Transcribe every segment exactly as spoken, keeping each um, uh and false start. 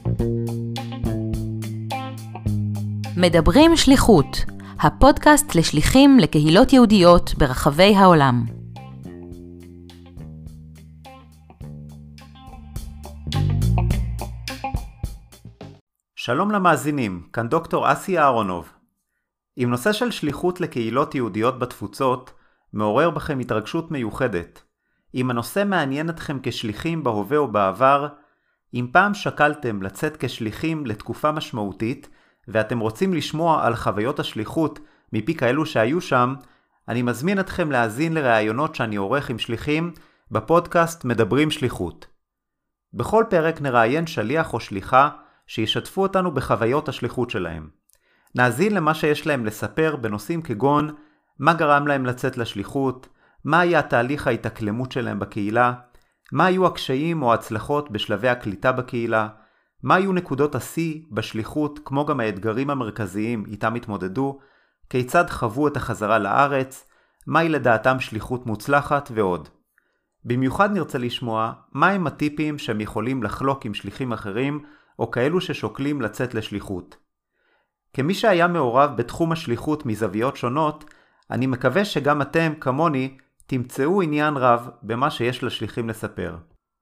מדברים שליחות, הפודקאסט לשליחים לקהילות יהודיות ברחבי העולם. שלום למאזינים, כאן דוקטור אסי אהרונוב. עם נושא של שליחות לקהילות יהודיות בתפוצות, מעורר בכם התרגשות מיוחדת. אם הנושא מעניין אתכם כשליחים בהווה או בעבר, אם פעם שקלתם לצאת כשליחים לתקופה משמעותית, ואתם רוצים לשמוע על חוויות השליחות מפי כאלו שהיו שם, אני מזמין אתכם להאזין לראיונות שאני עורך עם שליחים בפודקאסט מדברים שליחות. בכל פרק נראיין שליח או שליחה שישתפו אותנו בחוויות השליחות שלהם. נאזין למה שיש להם לספר בנושאים כגון מה גרם להם לצאת לשליחות, מה היה תהליך ההתאקלמות שלהם בקהילה, מה היו הקשיים או הצלחות בשלבי הקליטה בקהילה, מה היו נקודות השיא בשליחות כמו גם האתגרים המרכזיים איתם התמודדו, כיצד חוו את החזרה לארץ, מהי לדעתם שליחות מוצלחת ועוד. במיוחד נרצה לשמוע מהם הטיפים שהם יכולים לחלוק עם שליחים אחרים או כאלו ששוקלים לצאת לשליחות. כמי שהיה מעורב בתחום השליחות מזוויות שונות, אני מקווה שגם אתם, כמוני, תמצאו עניין רב במה שיש לשליחים לספר.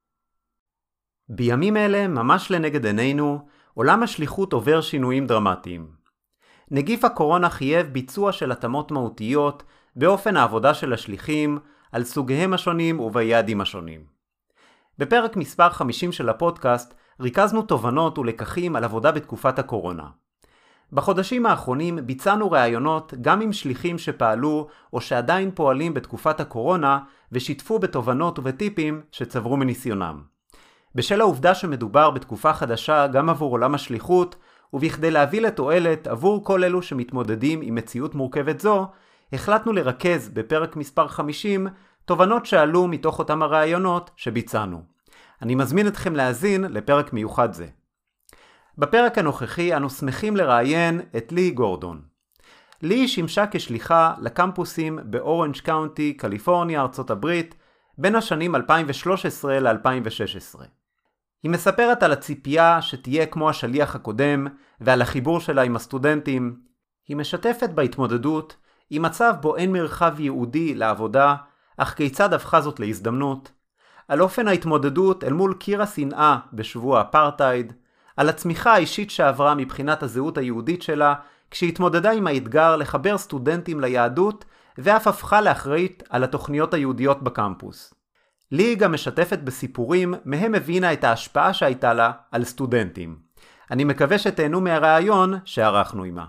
בימים אלה, ממש לנגד עינינו, עולם השליחות עובר שינויים דרמטיים. נגיף הקורונה חייב ביצוע של התאמות מהותיות באופן העבודה של השליחים, על סוגיהם השונים וביעדים השונים. בפרק מספר חמישים של הפודקאסט, ריכזנו תובנות ולקחים על עבודה בתקופת הקורונה. בחודשים האחרונים ביצענו ראיונות גם עם שליחים שפעלו או שעדיין פועלים בתקופת הקורונה ושיתפו בתובנות ובטיפים שצברו מניסיונם. בשל העובדה שמדובר בתקופה חדשה גם עבור עולם השליחות, ובכדי להביא לתועלת עבור כל אלו שמתמודדים עם מציאות מורכבת זו, החלטנו לרכז בפרק מספר חמישים תובנות שעלו מתוך אותם הראיונות שביצענו. אני מזמין אתכם להאזין לפרק מיוחד זה. בפרק הנוכחי אנו שמחים לראיין את לי גורדון. לי שימשה כשליחה לקמפוסים באורנג' קאונטי, קליפורניה, ארצות הברית, בין השנים אלפיים ושלוש עשרה ל-אלפיים ושש עשרה. היא מספרת על הציפייה שתהיה כמו השליח הקודם ועל החיבור שלה עם הסטודנטים. היא משתפת בהתמודדות עם מצב בו אין מרחב ייעודי לעבודה, אך כיצד הפכה זאת להזדמנות. על אופן ההתמודדות אל מול קיר השנאה בשבוע אפרטהייד, על הצמיחה האישית שעברה מבחינת הזהות היהודית שלה, כשהתמודדה עם האתגר לחבר סטודנטים ליהדות, ואף הפכה לאחראית על התוכניות היהודיות בקמפוס. לי גם משתפת בסיפורים מהם הבינה את ההשפעה שהייתה לה על סטודנטים. אני מקווה שתהנו מהרעיון שערכנו עימה.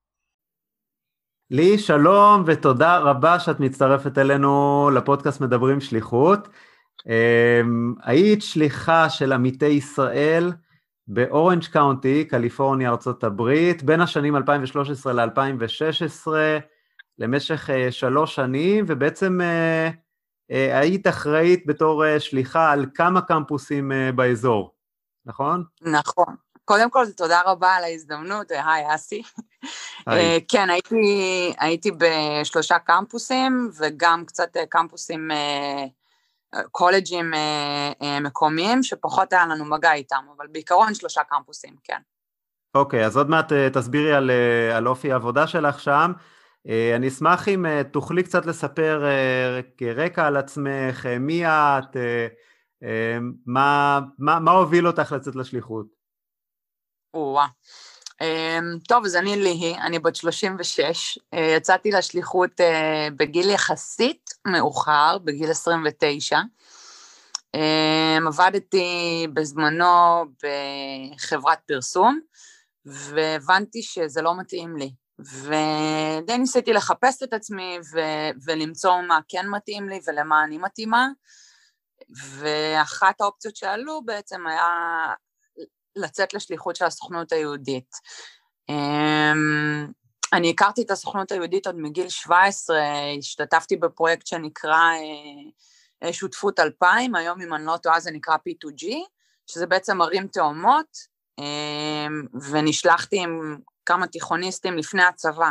לי, שלום ותודה רבה שאת מצטרפת אלינו לפודקאסט מדברים שליחות. היית שליחה של עמיתי ישראל באורנג' קאונטי, קליפורניה, ארצות הברית, בין השנים אלפיים ושלוש עשרה ל-אלפיים ושש עשרה, למשך uh, שלוש שנים, ובעצם uh, uh, היית אחראית בתור uh, שליחה על כמה קמפוסים uh, באזור, נכון? נכון. קודם כל, תודה רבה על ההזדמנות, היי אסי. uh, כן, הייתי, הייתי בשלושה קמפוסים, וגם קצת uh, קמפוסים... Uh, קולג'ים אה, אה, מקומיים, שפחות היה לנו מגע איתם, אבל בעיקרון שלושה קמפוסים, כן. אוקיי, אז עוד מעט תסבירי על, על אופי העבודה שלך שם. אני אשמח אם תוכלי קצת לספר כרקע על עצמך, מי את, מה, מה, מה הוביל אותך לצאת לשליחות? וואה. טוב, אז אני ליהי, אני בת שלושים ושש, יצאתי לשליחות בגיל יחסית מאוחר, בגיל עשרים ותשע, עבדתי בזמנו בחברת פרסום, והבנתי שזה לא מתאים לי, ודי ניסיתי לחפש את עצמי ו- ולמצוא מה כן מתאים לי ולמה אני מתאימה, ואחת האופציות שעלו בעצם היה לצאת לשליחות של הסוכנות היהודית. אני הכרתי את הסוכנות היהודית עוד מגיל שבע עשרה, השתתפתי בפרויקט שנקרא שותפות אלפיים, היום אם אני לא טועה זה נקרא פי טו ג'י, שזה בעצם ערים תאומות, ונשלחתי עם כמה תיכוניסטים לפני הצבא,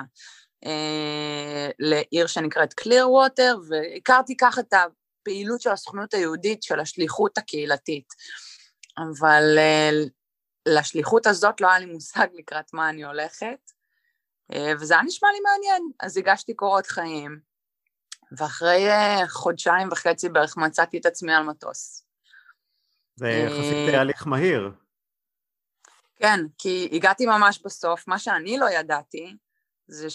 לעיר שנקראת קליר ווטר, והכרתי ככה את הפעילות של הסוכנות היהודית, של השליחות הקהילתית. אבל לשליחות הזאת לא היה לי מושג לקראת מה אני הולכת, וזה היה נשמע לי מעניין, אז הגשתי קורות חיים, ואחרי חודשיים וחצי בערך מצאתי את עצמי על מטוס. זה יחסית תהליך מהיר. כן, כי הגעתי ממש בסוף, מה שאני לא ידעתי, זה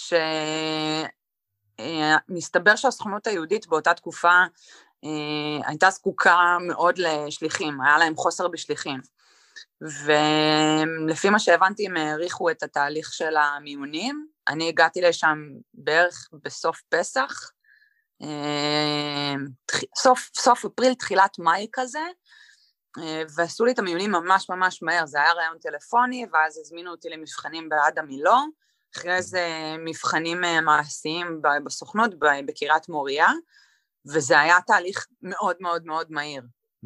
שמסתבר שהסוכנות היהודית באותה תקופה, הייתה זקוקה מאוד לשליחים, היה להם חוסר בשליחים, ולפי מה שהבנתי הם העריכו את התהליך של המיונים, אני הגעתי לשם בערך בסוף פסח, סוף, סוף אפריל, תחילת מאי כזה, ועשו לי את המיונים ממש ממש מהר, זה היה רעיון טלפוני, ואז הזמינו אותי למבחנים בעד המילו, אחרי זה מבחנים מעשיים בסוכנות, בקריית מוריה, וזה היה תהליך מאוד מאוד מאוד מהיר.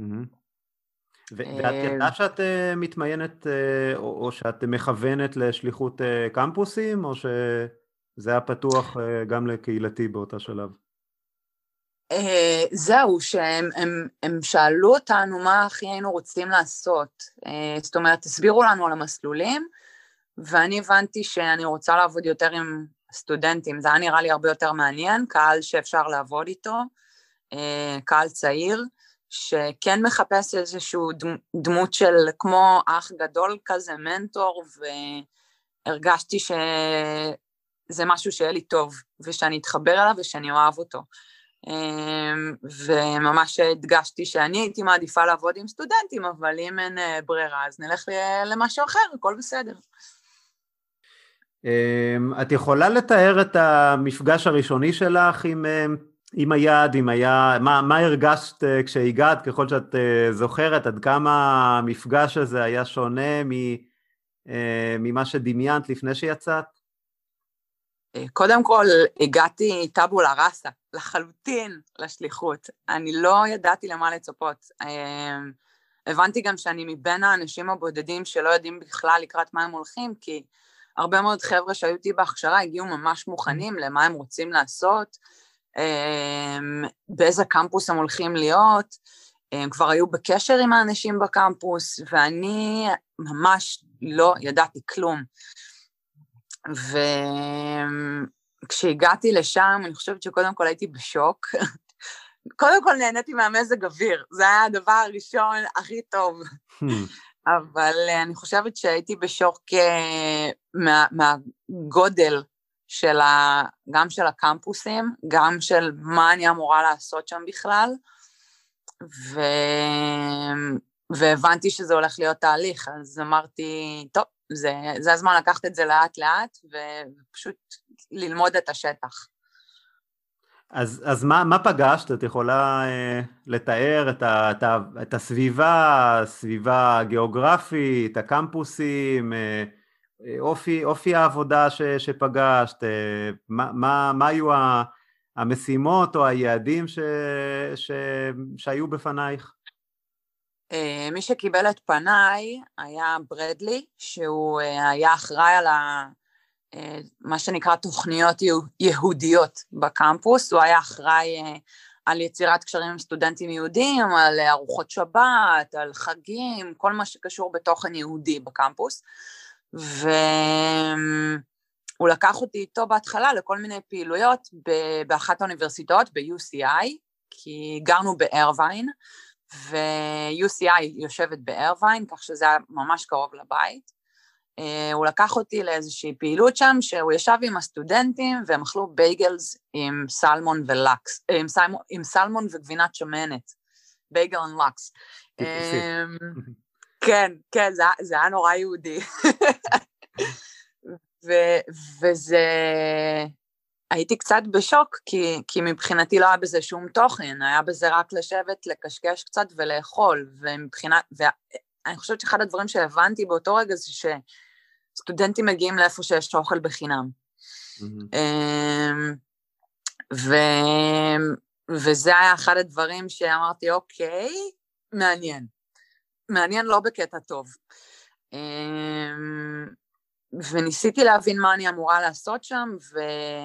ואת ידעת שאת מתמיינת, או שאת מכוונת לשליחות קמפוסים, או שזה היה פתוח גם לקהילתי באותה שלב? זהו, שהם הם, הם שאלו אותנו מה הכי היינו רוצים לעשות, זאת אומרת, תסבירו לנו על המסלולים, ואני הבנתי שאני רוצה לעבוד יותר עם סטודנטים, זה היה נראה לי הרבה יותר מעניין, קהל שאפשר לעבוד איתו, קהל צעיר, שכן מחפש איזשהו דמות של כמו אח גדול כזה, מנטור, והרגשתי שזה משהו שיהיה לי טוב, ושאני אתחבר אליו ושאני אוהב אותו. וממש הדגשתי שאני הייתי מעדיפה לעבוד עם סטודנטים, אבל אם אין ברירה, אז נלך למשהו אחר, הכל בסדר. את יכולה לתאר את המפגש הראשוני שלך עם, עם היעד, עם היה, מה, מה הרגשת כשהגעת, ככל שאת זוכרת, עד כמה המפגש הזה היה שונה ממה שדמיינת לפני שיצאת? קודם כל, הגעתי טאבולה ראסה, לחלוטין לשליחות. אני לא ידעתי למה לצפות. הבנתי גם שאני מבין האנשים הבודדים שלא יודעים בכלל לקראת מה הם הולכים, כי הרבה מאוד חבר'ה שהיו איתי בהכשרה הגיעו ממש מוכנים למה הם רוצים לעשות, באיזה קמפוס הם הולכים להיות, הם כבר היו בקשר עם האנשים בקמפוס, ואני ממש לא ידעתי כלום. וכשהגעתי לשם, אני חושבת שקודם כל הייתי בשוק, קודם כל נהניתי מהמזג אוויר, זה היה הדבר הראשון הכי טוב, אבל אני חושבת שהייתי בשוק מה, מהגודל של ה, גם של הקמפוסים, גם של מה אני אמורה לעשות שם בכלל, ו... והבנתי שזה הולך להיות תהליך, אז אמרתי, טוב, זה, זה הזמן לקחת את זה לאט לאט, ופשוט ללמוד את השטח. אז, אז מה, מה פגשת? את יכולה אה, לתאר את, ה, את, ה, את הסביבה, הסביבה הגיאוגרפית, הקמפוסים, אה, אופי, אופי העבודה ש, שפגשת, אה, מה, מה, מה היו המשימות או היעדים ש, ש, שהיו בפנייך? מי שקיבל את פניי היה ברדלי, שהוא היה אחראי על ה, מה שנקרא תוכניות יהודיות בקמפוס, הוא היה אחראי על יצירת קשרים עם סטודנטים יהודים, על ארוחות שבת, על חגים, כל מה שקשור בתוכן יהודי בקמפוס, והוא לקח אותי איתו בהתחלה לכל מיני פעילויות באחת האוניברסיטאות, ב-יו סי איי, כי גרנו בארווין, ו-יו סי איי יושבת בארווין, כך שזה היה ממש קרוב לבית. הוא לקח אותי לאיזושהי פעילות שם, שהוא ישב עם הסטודנטים, והם אכלו בייגלס עם סלמון ולקס, עם, סלמון, עם סלמון וגבינת שמנת, בייגל ולקס. כן, כן, זה, זה היה נורא יהודי. ו- וזה... הייתי קצת בשוק, כי, כי מבחינתי לא היה בזה שום תוכן, היה בזה רק לשבת, לקשקש קצת ולאכול, ומבחינת, ואני חושבת שאחד הדברים שהבנתי באותו רגע זה שסטודנטים מגיעים לאיפה שיש אוכל בחינם. Mm-hmm. ו, וזה היה אחד הדברים שאמרתי, אוקיי, מעניין. מעניין לא בקטע טוב. וניסיתי להבין מה אני אמורה לעשות שם, ו...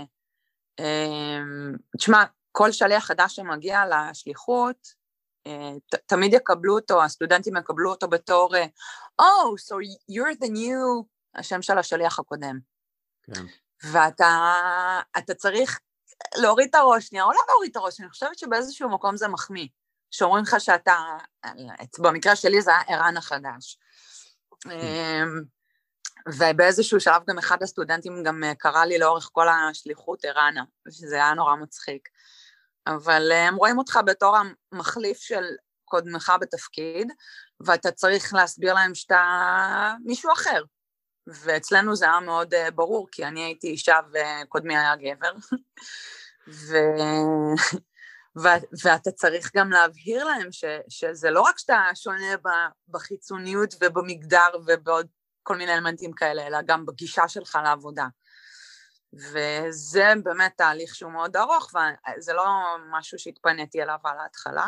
תשמע, כל שליח חדש שמגיע לשליחות, ת, תמיד יקבלו אותו, הסטודנטים יקבלו אותו בתור, oh, so you're the new, השם של השליח הקודם. כן. ואתה אתה צריך להוריד את הראש, שנייה, או לא להוריד את הראש, אני חושבת שבאיזשהו מקום זה מחמיא, שאומרים לך שאתה, במקרה שלי זה היה ערן החדש. ובאיזשהו שלב גם אחד הסטודנטים גם קרא לי לאורך כל השליחות ערנה, שזה היה נורא מצחיק. אבל הם רואים אותך בתור המחליף של קודמך בתפקיד, ואתה צריך להסביר להם שאתה מישהו אחר. ואצלנו זה היה מאוד ברור, כי אני הייתי אישה וקודמי היה גבר. ו... ו... ואתה צריך גם להבהיר להם ש... שזה לא רק שאתה שונה בחיצוניות ובמגדר ובעוד כל מיני אלמנטים כאלה, אלא גם בגישה שלך לעבודה. וזה באמת תהליך שהוא מאוד ארוך, וזה לא משהו שהתפניתי אליו על ההתחלה.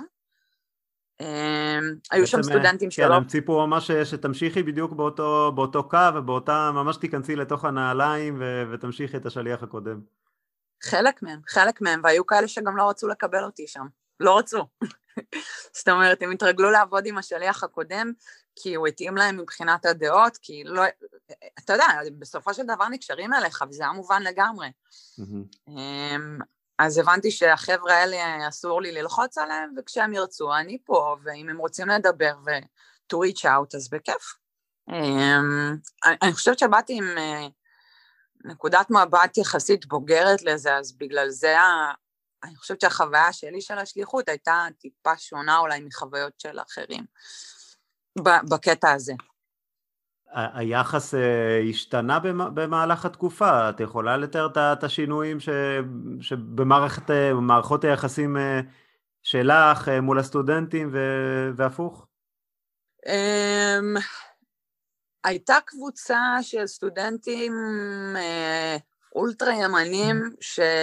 היו שם סטודנטים שלא... כן, הם ציפו ממש שתמשיכי בדיוק באותו, באותו קו, ובאותה, ממש תיכנסי לתוך הנעליים, ו... ותמשיכי את השליח הקודם. חלק מהם, חלק מהם, והיו כאלה שגם לא רצו לקבל אותי שם. לא רצו. זאת אומרת, הם התרגלו לעבוד עם השליח הקודם, כי הוא התאים להם מבחינת הדעות, כי לא, אתה יודע, בסופו של דבר נקשרים אליך, וזה היה מובן לגמרי. אז הבנתי שהחבר'ה האלה אסור לי ללחוץ עליהם, וכשהם ירצו, אני פה, ואם הם רוצים לדבר ו-to reach out, אז בכיף. אני חושבת שבאתי עם נקודת מבט יחסית בוגרת לזה, אז בגלל זה, אני חושבת שהחוויה שלי של השליחות הייתה טיפה שונה אולי מחוויות של אחרים. בקטע הזה. היחס השתנה במהלך התקופה, את יכולה לתאר את השינויים שבמערכות היחסים שלך מול הסטודנטים והפוך? הייתה קבוצה של סטודנטים אולטרה ימנים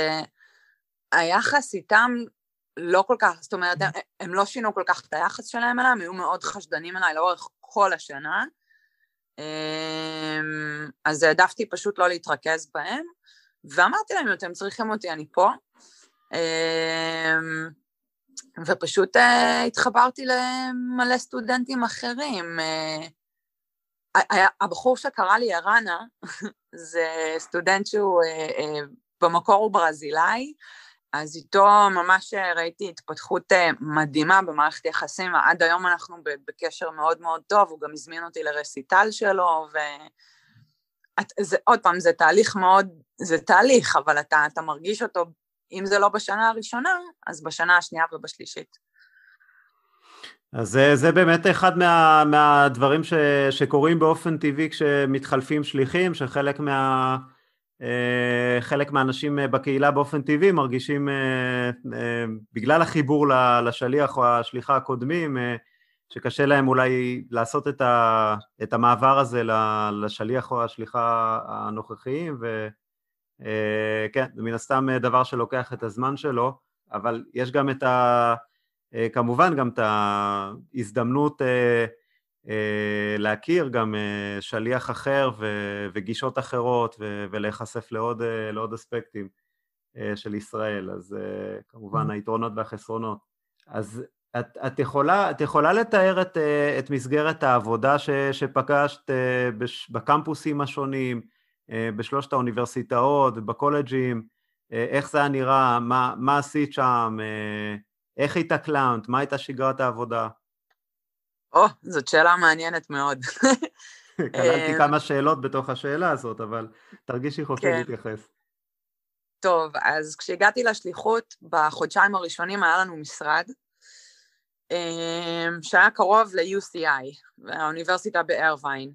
שהיחס איתם לא כל כך, זאת אומרת, הם, הם לא שינו כל כך את היחס שלהם אליהם, הם היו מאוד חשדנים אליי לאורך כל השנה, אז העדפתי פשוט לא להתרכז בהם, ואמרתי להם, אתם צריכים אותי, אני פה, ופשוט התחברתי למלא סטודנטים אחרים. הבחור שקרא לי ערנה, זה סטודנט שהוא במקור הוא ברזילאי, אז איתו ממש ראיתי התפתחות מדהימה במערכת יחסים, ועד היום אנחנו בקשר מאוד מאוד טוב, הוא גם הזמין אותי לרסיטל שלו, ועוד פעם, זה תהליך מאוד, זה תהליך, אבל אתה, אתה מרגיש אותו, אם זה לא בשנה הראשונה, אז בשנה השנייה ובשלישית. אז זה, זה באמת אחד מה, מהדברים ש, שקורים באופן טבעי כשמתחלפים שליחים, שחלק מה... חלק מהאנשים בקהילה באופן טבעי מרגישים בגלל החיבור לשליח או השליחה הקודמים שקשה להם אולי לעשות את, ה, את המעבר הזה לשליח או השליחה הנוכחיים, וכן, זה מן הסתם דבר שלוקח את הזמן שלו, אבל יש גם את ה... כמובן גם את ההזדמנות להכיר גם שליח אחר וגישות אחרות ולהיחשף לעוד, לעוד אספקטים של ישראל, אז כמובן היתרונות והחסרונות. אז את, את, יכולה, את יכולה לתאר את, את מסגרת העבודה ש, שפגשת בקמפוסים השונים, בשלושת האוניברסיטאות, בקולג'ים, איך זה היה נראה, מה, מה עשית שם, איך התאקלמת, מה הייתה שגרת העבודה? או, זאת שאלה מעניינת מאוד. כללתי כמה שאלות בתוך השאלה הזאת, אבל תרגישי חופשי להתייחס. טוב, אז כשהגעתי לשליחות, בחודשיים הראשונים היה לנו משרד, שהיה קרוב ל-יו סי איי, האוניברסיטה בארווין,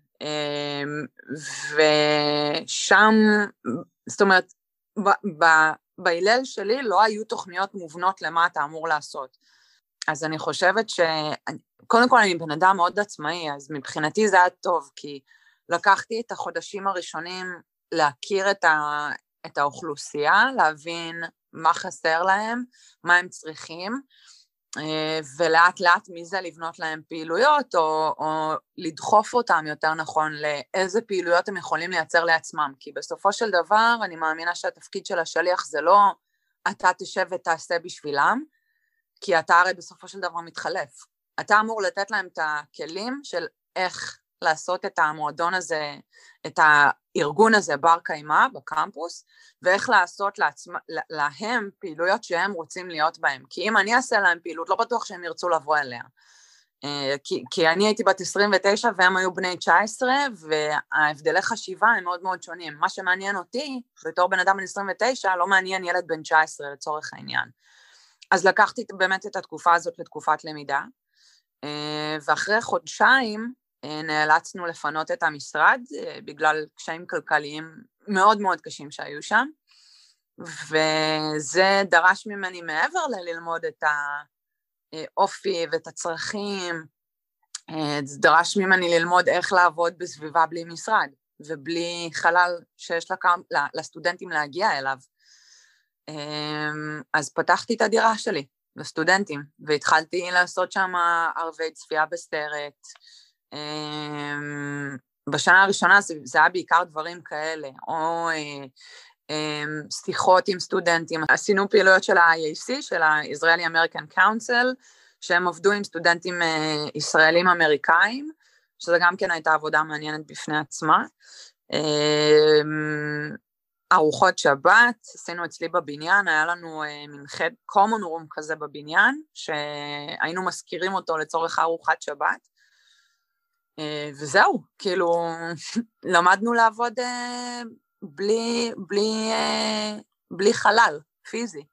ושם, זאת אומרת, בהילל שלי לא היו תוכניות מובנות למה אתה אמור לעשות. אז אני חושבת ש... קודם כל אני בן אדם מאוד עצמאי, אז מבחינתי זה היה טוב, כי לקחתי את החודשים הראשונים להכיר את, ה... את האוכלוסייה, להבין מה חסר להם, מה הם צריכים, ולאט לאט מזה לבנות להם פעילויות, או, או לדחוף אותם יותר נכון לאיזה פעילויות הם יכולים לייצר לעצמם, כי בסופו של דבר אני מאמינה שהתפקיד של השליח זה לא אתה תשב ותעשה בשבילם, כי אתה הרי בסופו של דבר מתחלף. אתה אמור לתת להם את הכלים של איך לעשות את המועדון הזה, את הארגון הזה בר קיימא בקמפוס, ואיך לעשות לעצמם, להם פעילויות שהם רוצים להיות בהם. כי אם אני אעשה להם פעילות, לא בטוח שהם ירצו לבוא אליה. כי, כי אני הייתי בת עשרים ותשע והם היו בני תשע עשרה, וההבדלי חשיבה הם מאוד מאוד שונים. מה שמעניין אותי, בתור בן אדם בן עשרים ותשע, לא מעניין ילד בן תשע עשרה לצורך העניין. אז לקחתי באמת את התקופה הזאת לתקופת למידה, ואחרי חודשיים נאלצנו לפנות את המשרד, בגלל קשיים כלכליים מאוד מאוד קשים שהיו שם, וזה דרש ממני מעבר לללמוד את האופי ואת הצרכים, זה דרש ממני ללמוד איך לעבוד בסביבה בלי משרד, ובלי חלל שיש לסטודנטים להגיע אליו. אז פתחתי את הדירה שלי לסטודנטים, והתחלתי לעשות שם ערבי צפייה בסרט. בשנה הראשונה זה, זה היה בעיקר דברים כאלה, או שיחות עם סטודנטים. עשינו פעילויות של ה-איי איי סי, של ה-Israeli American Council, שהם עבדו עם סטודנטים ישראלים אמריקאים, שזה גם כן הייתה עבודה מעניינת בפני עצמה. ארוחות שבת, עשינו אצלי בבניין, היה לנו מין חד, common room כזה בבניין, שהיינו מזכירים אותו לצורך ארוחת שבת, וזהו, כאילו, למדנו לעבוד בלי, בלי, בלי חלל, פיזי.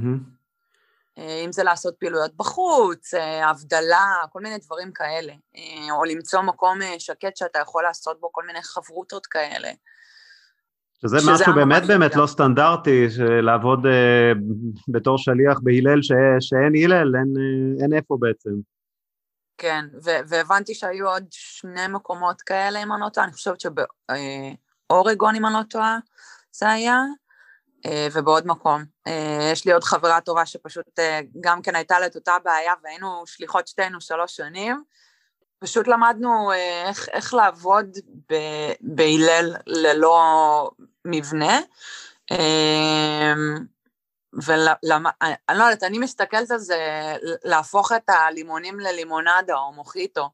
אם זה לעשות פעילויות בחוץ, הבדלה, כל מיני דברים כאלה, או למצוא מקום שקט שאתה יכול לעשות בו כל מיני חברותות כאלה. שזה משהו באמת באמת לא סטנדרטי, לעבוד בתור שליח בהילל שאין הילל, אין איפה בעצם. כן, והבנתי שהיו עוד שני מקומות כאלה אם אני לא טועה, אני חושבת שבאורגון אם אני לא טועה זה היה, ובעוד מקום. יש לי עוד חברה טובה שפשוט גם כן הייתה לה את אותה בעיה, והיינו שליחות שתינו שלוש שנים, פשוט למדנו איך, איך לעבוד בהילל ללא מבנה, ולמה, אני לא יודעת, אני מסתכלת על זה, להפוך את הלימונים ללימונדה או מוחיטו,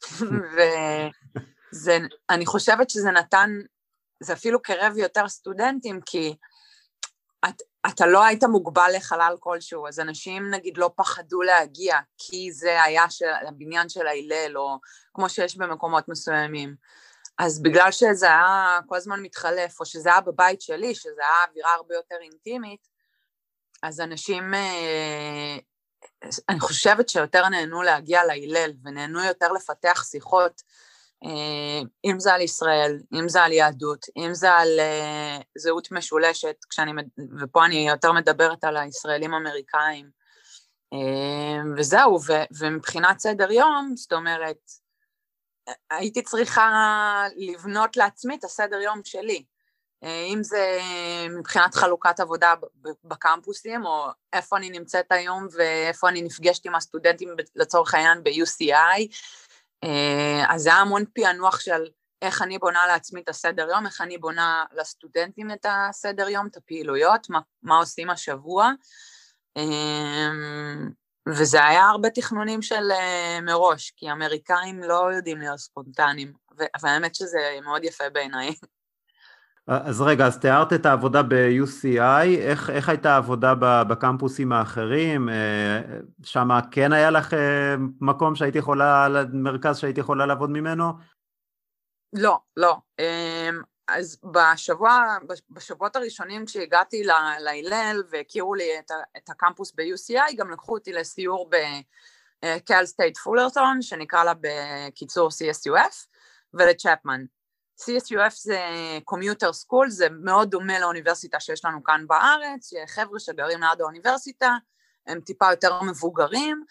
ואני חושבת שזה נתן, זה אפילו קרב יותר סטודנטים, כי את, אתה לא היית מוגבל לחלל כלשהו, אז אנשים נגיד לא פחדו להגיע, כי זה היה של, הבניין של ההילל, או כמו שיש במקומות מסוימים. אז בגלל שזה היה כל הזמן מתחלף, או שזה היה בבית שלי, שזה היה אווירה הרבה יותר אינטימית, אז אנשים, אני חושבת שיותר נהנו להגיע להילל, ונהנו יותר לפתח שיחות, אם זה על ישראל, אם זה על יהדות, אם זה על זהות משולשת, כשאני, ופה אני יותר מדברת על הישראלים אמריקאים, וזהו, ומבחינת סדר יום, זאת אומרת, הייתי צריכה לבנות לעצמי את הסדר יום שלי, אם זה מבחינת חלוקת עבודה בקמפוסים, או איפה אני נמצאת היום, ואיפה אני נפגשת עם הסטודנטים לצורך העניין ב-יו סי איי, אז זה היה המון פענוח של איך אני בונה לעצמי את הסדר יום, איך אני בונה לסטודנטים את הסדר יום, את הפעילויות, מה, מה עושים השבוע, וזה היה הרבה תכנונים של מראש, כי אמריקאים לא יודעים להיות ספונטניים, והאמת שזה מאוד יפה בעיניי. אז רגע, אז תיארת את העבודה ב-יו סי איי, איך, איך הייתה העבודה בקמפוסים האחרים? שם כן היה לך מקום שהייתי יכולה, מרכז שהייתי יכולה לעבוד ממנו? לא, לא. אז בשבוע, בשבועות הראשונים כשהגעתי להילל והכירו לי את, את הקמפוס ב-יו סי איי, גם לקחו אותי לסיור בקל סטייט פולרטון, שנקרא לה בקיצור סי אס יו אף, ולצ'פמן. סי אס יו אף זה קומיוטר סקול, זה מאוד דומה לאוניברסיטה שיש לנו כאן בארץ, חבר'ה שגרים ליד האוניברסיטה, הם טיפה יותר מבוגרים,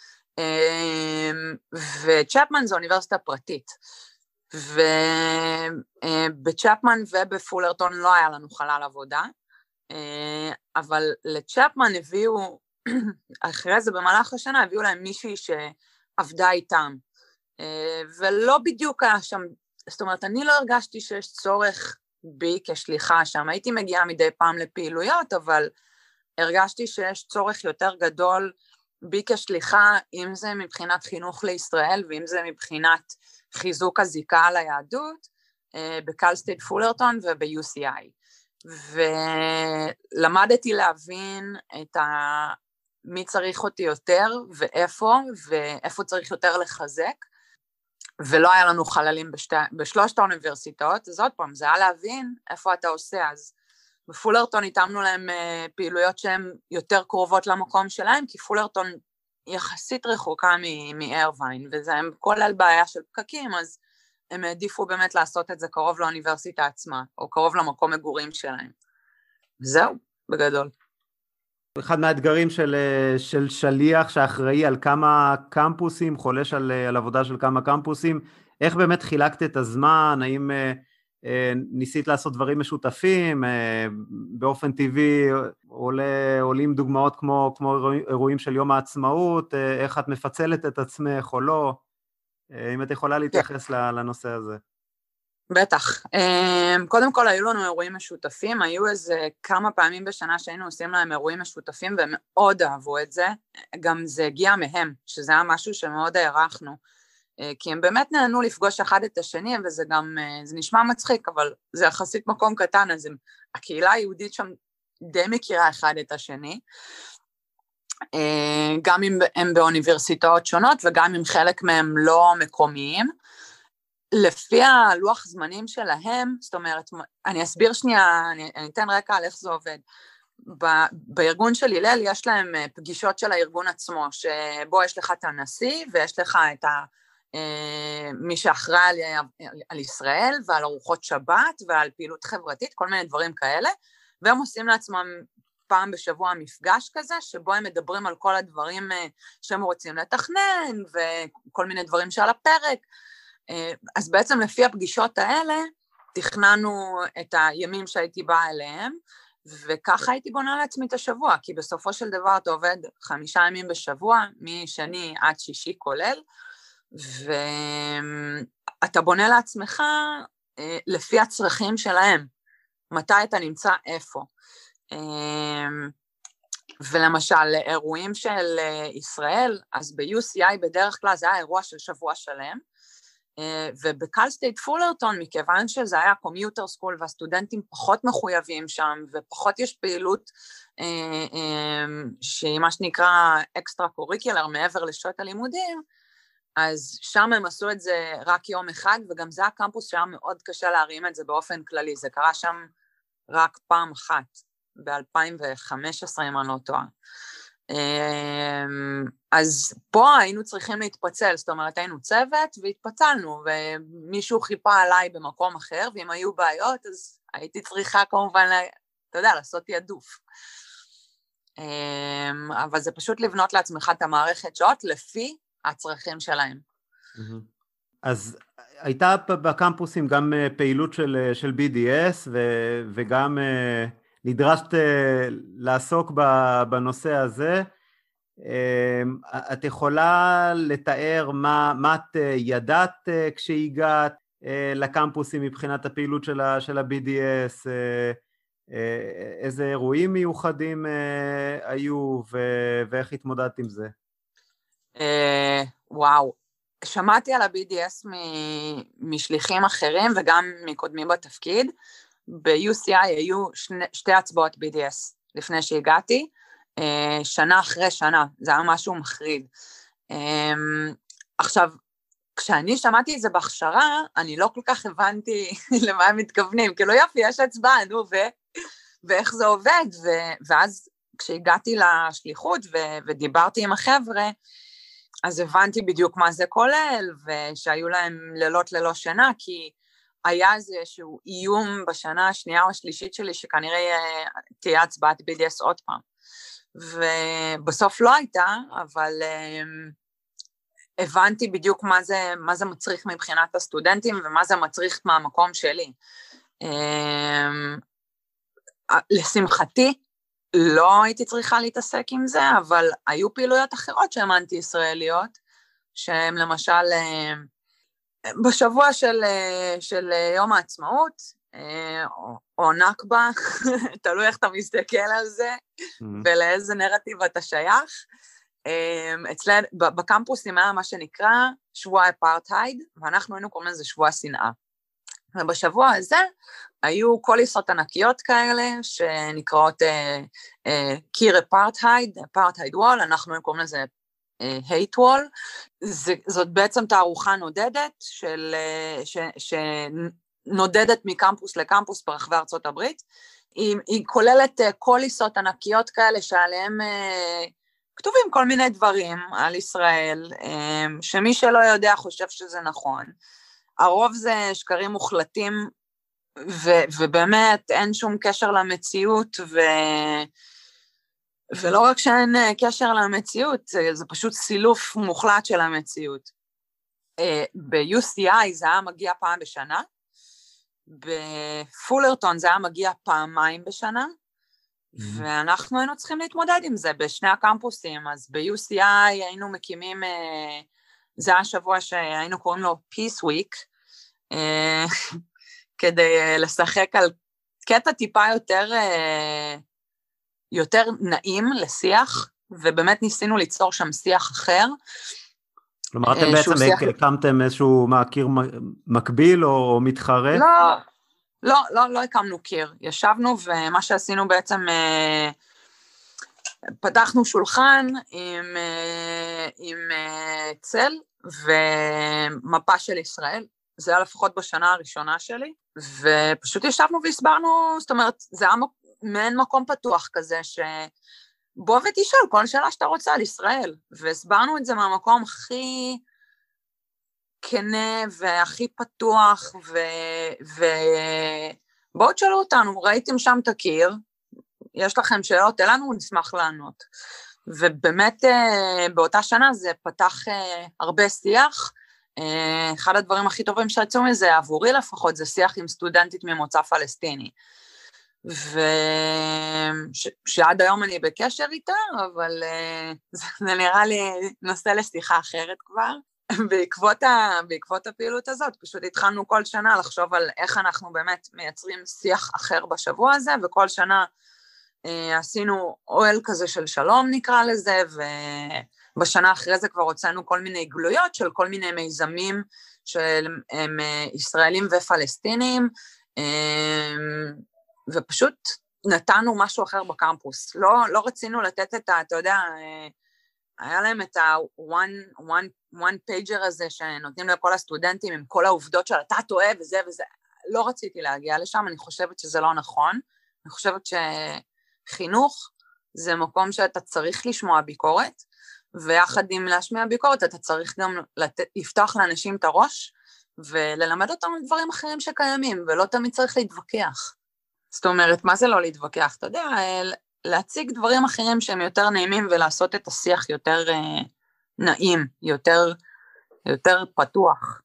וצ'פמן זה אוניברסיטה פרטית, ובצ'פמן ובפולרטון לא היה לנו חלל עבודה, אבל לצ'פמן הביאו, אחרי זה במהלך השנה הביאו להם מישהי שעבדה איתם, ולא בדיוק היה שם, זאת אומרת, אני לא הרגשתי שיש צורך בי כשליחה שם, הייתי מגיעה מדי פעם לפעילויות, אבל הרגשתי שיש צורך יותר גדול בי כשליחה, אם זה מבחינת חינוך לישראל, ואם זה מבחינת חיזוק הזיקה על היהדות, בקל סטייט פולרטון וב-יו סי איי. ולמדתי להבין את ה... מי צריך אותי יותר ואיפה, ואיפה צריך יותר לחזק, ולא היה לנו חללים בשתי, בשלושת האוניברסיטאות, אז עוד פעם, זה היה להבין איפה אתה עושה, אז בפולרטון התאמנו להם פעילויות שהן יותר קרובות למקום שלהם, כי פולרטון יחסית רחוקה מארווין, וזה כולל בעיה של פקקים, אז הם העדיפו באמת לעשות את זה קרוב לאוניברסיטה עצמה, או קרוב למקום מגורים שלהם. זהו, בגדול. אחד מהאתגרים של, של שליח שאחראי על כמה קמפוסים, חולש על, על עבודה של כמה קמפוסים, איך באמת חילקת את הזמן, האם אה, אה, ניסית לעשות דברים משותפים, אה, באופן טבעי עולה, עולים דוגמאות כמו, כמו אירועים של יום העצמאות, אה, איך את מפצלת את עצמך או לא, אה, אם את יכולה להתייחס לנושא הזה. בטח. קודם כל, היו לנו אירועים משותפים, היו איזה כמה פעמים בשנה שהיינו עושים להם אירועים משותפים, והם מאוד אהבו את זה, גם זה הגיע מהם, שזה היה משהו שמאוד הערכנו, כי הם באמת נהנו לפגוש אחד את השני, וזה גם, זה נשמע מצחיק, אבל זה יחסית מקום קטן, אז הם, הקהילה היהודית שם די מכירה אחד את השני, גם אם הם באוניברסיטאות שונות, וגם אם חלק מהם לא מקומיים, לפי הלוח זמנים שלהם, זאת אומרת, אני אסביר שנייה, אני, אני אתן רקע על איך זה עובד. ב, בארגון של הלל יש להם פגישות של הארגון עצמו, שבו יש לך את הנשיא, ויש לך את ה, מי שאחראי על, על ישראל, ועל ארוחות שבת, ועל פעילות חברתית, כל מיני דברים כאלה, והם עושים לעצמם פעם בשבוע מפגש כזה, שבו הם מדברים על כל הדברים שהם רוצים לתכנן, וכל מיני דברים שעל הפרק, אז בעצם לפי הפגישות האלה, תכננו את הימים שהייתי באה אליהם, וככה הייתי בונה לעצמי את השבוע, כי בסופו של דבר אתה עובד חמישה ימים בשבוע, משני עד שישי כולל, ואתה בונה לעצמך לפי הצרכים שלהם, מתי אתה נמצא איפה. ולמשל, אירועים של ישראל, אז ב-יו סי איי בדרך כלל זה היה אירוע של שבוע שלם, ובקל סטייט פולרטון, מכיוון שזה היה קומיוטר סקול, והסטודנטים פחות מחויבים שם, ופחות יש פעילות שהיא מה שנקרא אקסטרה קוריקולר, מעבר לשעות הלימודים, אז שם הם עשו את זה רק יום אחד, וגם זה הקמפוס שהיה מאוד קשה להרים את זה באופן כללי, זה קרה שם רק פעם אחת, ב-אלפיים וחמש עשרה אם אני לא טועה. אז פה היינו צריכים להתפצל, זאת אומרת היינו צוות והתפצלנו, ומישהו חיפה עליי במקום אחר, ואם היו בעיות אז הייתי צריכה כמובן, אתה יודע, לעשות תיעדוף. אבל זה פשוט לבנות לעצמך את המערכת שעות לפי הצרכים שלהם. אז הייתה בקמפוסים גם פעילות של, של בי די אס, ו, וגם נדרשת לעסוק בנושא הזה. את יכולה לתאר מה, מה את ידעת כשהגעת לקמפוסים מבחינת הפעילות של ה-בי די אס, איזה אירועים מיוחדים היו ואיך התמודדת עם זה? וואו, שמעתי על ה-בי די אס משליחים אחרים וגם מקודמים בתפקיד. ב-יו סי איי היו שני, שתי הצבעות בי די אס לפני שהגעתי, שנה אחרי שנה, זה היה משהו מחריד. עכשיו, כשאני שמעתי את זה בהכשרה, אני לא כל כך הבנתי למה הם מתכוונים, כאילו יופי, יש הצבעה, נו, ו... ואיך זה עובד, ו... ואז כשהגעתי לשליחות ו... ודיברתי עם החבר'ה, אז הבנתי בדיוק מה זה כולל, ושהיו להם לילות ללא שינה, כי היה איזשהו איום בשנה השנייה או השלישית שלי, שכנראה תהיה הצבעת בי די אס עוד פעם. ובסוף לא הייתה, אבל um, הבנתי בדיוק מה זה, מה זה מצריך מבחינת הסטודנטים, ומה זה מצריך מהמקום שלי. Um, לשמחתי, לא הייתי צריכה להתעסק עם זה, אבל היו פעילויות אחרות שהן אנטי-ישראליות, שהן למשל, uh, בשבוע של, uh, של uh, יום העצמאות, או, או נקבה, תלוי איך אתה מסתכל על זה, ולאיזה נרטיב אתה שייך, אצלנו, בקמפוסים היה מה שנקרא שבוע אפרטהייד, ואנחנו היינו קוראים לזה שבוע שנאה. ובשבוע הזה היו קוליסות ענקיות כאלה, שנקראות קיר אפרטהייד, אפרטהייד וול, אנחנו היינו קוראים לזה hate wall, זאת בעצם תערוכה נודדת, של, ש, שנודדת מקמפוס לקמפוס ברחבי ארצות הברית, היא, היא כוללת קוליסות ענקיות כאלה, שעליהם כתובים כל מיני דברים על ישראל, שמי שלא יודע חושב שזה נכון, הרוב זה שקרים מוחלטים, ו, ובאמת אין שום קשר למציאות, ו... ולא רק שאין קשר למציאות, זה, זה פשוט סילוף מוחלט של המציאות. ב-יו סי איי זה היה מגיע פעם בשנה, בפולרטון זה היה מגיע פעמיים בשנה, ואנחנו היינו צריכים להתמודד עם זה בשני הקמפוסים, אז ב-יו סי איי היינו מקימים, זה היה שבוע שהיינו קוראים לו Peace Week, כדי לשחק על קטע טיפה יותר... יותר נעים לשיח, ובאמת ניסינו ליצור שם שיח אחר. כלומר, אתם בעצם הקמתם איזשהו קיר מקביל או מתחרה? לא, לא, לא, לא הקמנו קיר. ישבנו, ומה שעשינו בעצם, פתחנו שולחן עם, עם צל ומפה של ישראל. זה היה לפחות בשנה הראשונה שלי, ופשוט ישבנו והסברנו, זאת אומרת, זה היה מעין מקום פתוח כזה, שבוא ותשאל כל שאלה שאתה רוצה על ישראל, והסברנו את זה מהמקום הכי כנה והכי פתוח, ובואו תשאלו אותנו, ראיתם שם את הקיר, יש לכם שאלות אלינו, נשמח לענות. ובאמת באותה שנה זה פתח הרבה שיח, אחד הדברים הכי טובים שיצאו מזה, עבורי לפחות, זה שיח עם סטודנטית ממוצא פלסטיני. ושעד היום אני בקשר איתה, אבל זה נראה לי נושא לשיחה אחרת כבר. בעקבות, ה, בעקבות הפעילות הזאת, פשוט התחלנו כל שנה לחשוב על איך אנחנו באמת מייצרים שיח אחר בשבוע הזה, וכל שנה אה, עשינו אוהל כזה של שלום נקרא לזה, ובשנה אחרי זה כבר הוצאנו כל מיני גלויות של כל מיני מיזמים של הם, ישראלים ופלסטינים, אה, ופשוט נתנו משהו אחר בקמפוס. לא, לא רצינו לתת את ה, אתה יודע, היה להם את ה-one, one, one pager הזה שנותנים לכל הסטודנטים עם כל העובדות של אתה טועה וזה וזה. לא רציתי להגיע לשם, אני חושבת שזה לא נכון. אני חושבת שחינוך זה מקום שאתה צריך לשמוע ביקורת, ויחד עם להשמיע ביקורת אתה צריך גם לת... לפתוח לאנשים את הראש, וללמד אותם דברים אחרים שקיימים, ולא תמיד צריך להתווכח. זאת אומרת, מה זה לא להתווכח? אתה יודע, להציג דברים אחרים שהם יותר נעימים, ולעשות את השיח יותר אה, נעים, יותר, יותר פתוח.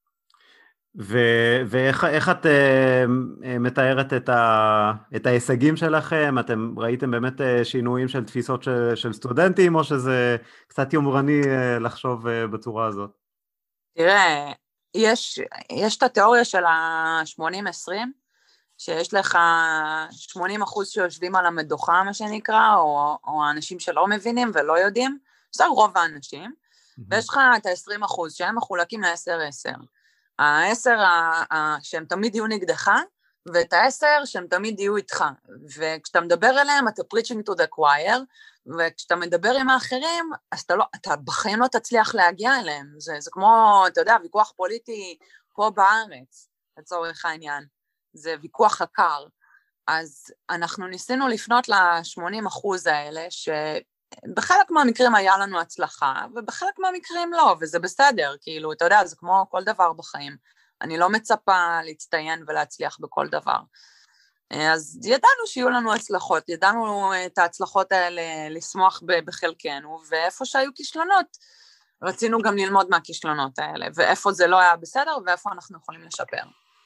ו- ואיך איך את אה, מתארת את, ה- את ההישגים שלכם? אתם ראיתם באמת שינויים של תפיסות של, של סטודנטים, או שזה קצת יומרני אה, לחשוב אה, בצורה הזאת? תראה, יש, יש את התיאוריה של ה-שמונים עשרים, שיש לך שמונים אחוז שיושבים על המדוכה, מה שנקרא, או, או האנשים שלא מבינים ולא יודעים, זה רוב האנשים, mm-hmm. ויש לך את ה-עשרים אחוז שהם מחולקים ל-עשר עשר. ה-עשר שהם תמיד יהיו נגדך, ואת ה-עשר שהם תמיד יהיו איתך. וכשאתה מדבר אליהם, אתה preaching to the choir, וכשאתה מדבר עם האחרים, אז אתה, לא, אתה בחיים לא תצליח להגיע אליהם. זה, זה כמו, אתה יודע, ויכוח פוליטי פה בארץ, לצורך העניין. זה ויכוח הקר. אז אנחנו ניסינו לפנות ל-שמונים אחוז האלה, שבחלק מהמקרים היה לנו הצלחה, ובחלק מהמקרים לא, וזה בסדר, כאילו, אתה יודע, זה כמו כל דבר בחיים. אני לא מצפה להצטיין ולהצליח בכל דבר. אז ידענו שיהיו לנו הצלחות, ידענו את ההצלחות האלה לשמוח בחלקנו, ואיפה שהיו כישלונות, רצינו גם ללמוד מהכישלונות האלה, ואיפה זה לא היה בסדר, ואיפה אנחנו יכולים לשפר.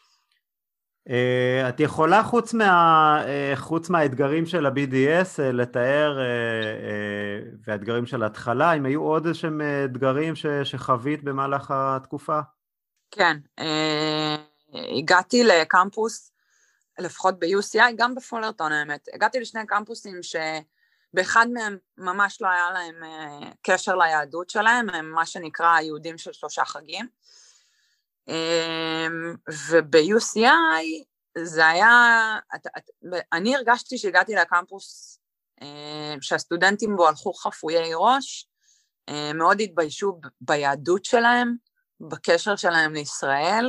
את יכולה חוץ מה, חוץ מהאתגרים של ה-בי די אס לתאר, והאתגרים של ההתחלה, אם היו עוד איזשהם אתגרים שחווית במהלך התקופה? כן, הגעתי לקמפוס, לפחות ב-יו סי איי, גם בפולרטון האמת, הגעתי לשני קמפוסים באחד מהם ממש לא היה להם קשר ליהדות שלהם, הם מה שנקרא יהודים של שלושה חגים, וב-יו סי איי זה היה, אני הרגשתי שהגעתי לקמפוס שהסטודנטים בו הלכו חפויי ראש, מאוד התביישו ביהדות שלהם, בקשר שלהם לישראל,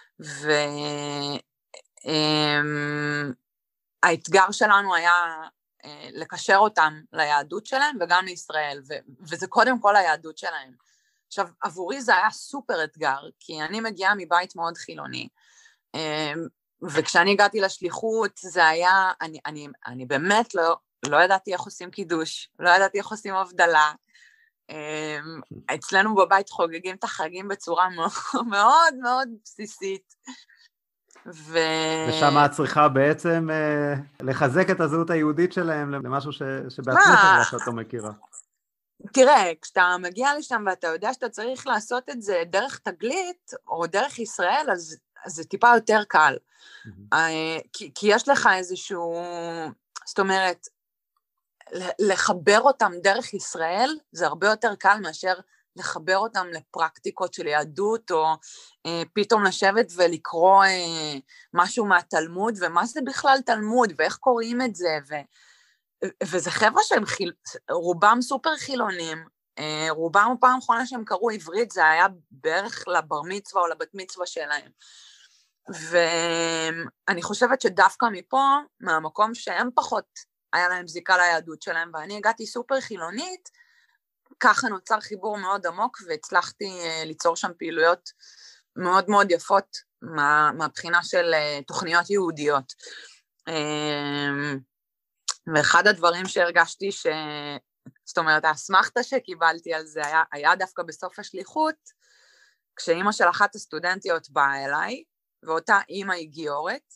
והאתגר שלנו היה לקשר אותם ליהדות שלהם וגם לישראל, וזה קודם כל היהדות שלהם. עכשיו, עבורי זה היה סופר אתגר, כי אני מגיעה מבית מאוד חילוני, וכשאני הגעתי לשליחות, זה היה, אני, אני, אני באמת לא, לא ידעתי איך עושים קידוש, לא ידעתי איך עושים הבדלה, אצלנו בבית חוגגים את החגים בצורה מאוד מאוד בסיסית. ו... ושם את צריכה בעצם אה, לחזק את הזהות היהודית שלהם למשהו ש... שבעצמך לא שאת לא מכירה. תראה, כשאתה מגיע לשם ואתה יודע שאתה צריך לעשות את זה דרך תגלית או דרך ישראל, אז, אז זה טיפה יותר קל. Mm-hmm. כי, כי יש לך איזשהו, זאת אומרת, לחבר אותם דרך ישראל, זה הרבה יותר קל מאשר לחבר אותם לפרקטיקות של יהדות, או אה, פתאום לשבת ולקרוא אה, משהו מהתלמוד, ומה זה בכלל תלמוד, ואיך קוראים את זה, ו, וזה חבר'ה שהם חיל, רובם סופר חילונים, אה, רובם הפעם האחרונה שהם קראו עברית, זה היה בערך לבר מצווה או לבת מצווה שלהם. ואני חושבת שדווקא מפה, מהמקום שהם פחות היה להם זיקה ליהדות שלהם, ואני הגעתי סופר חילונית, ככה נוצר חיבור מאוד עמוק, והצלחתי ליצור שם פעילויות מאוד מאוד יפות, מה, מהבחינה של תוכניות יהודיות. ואחד הדברים שהרגשתי ש... זאת אומרת, האסמכתה שקיבלתי על זה, היה, היה דווקא בסוף השליחות, כשאימא של אחת הסטודנטיות באה אליי, ואותה אימא היא גיורת,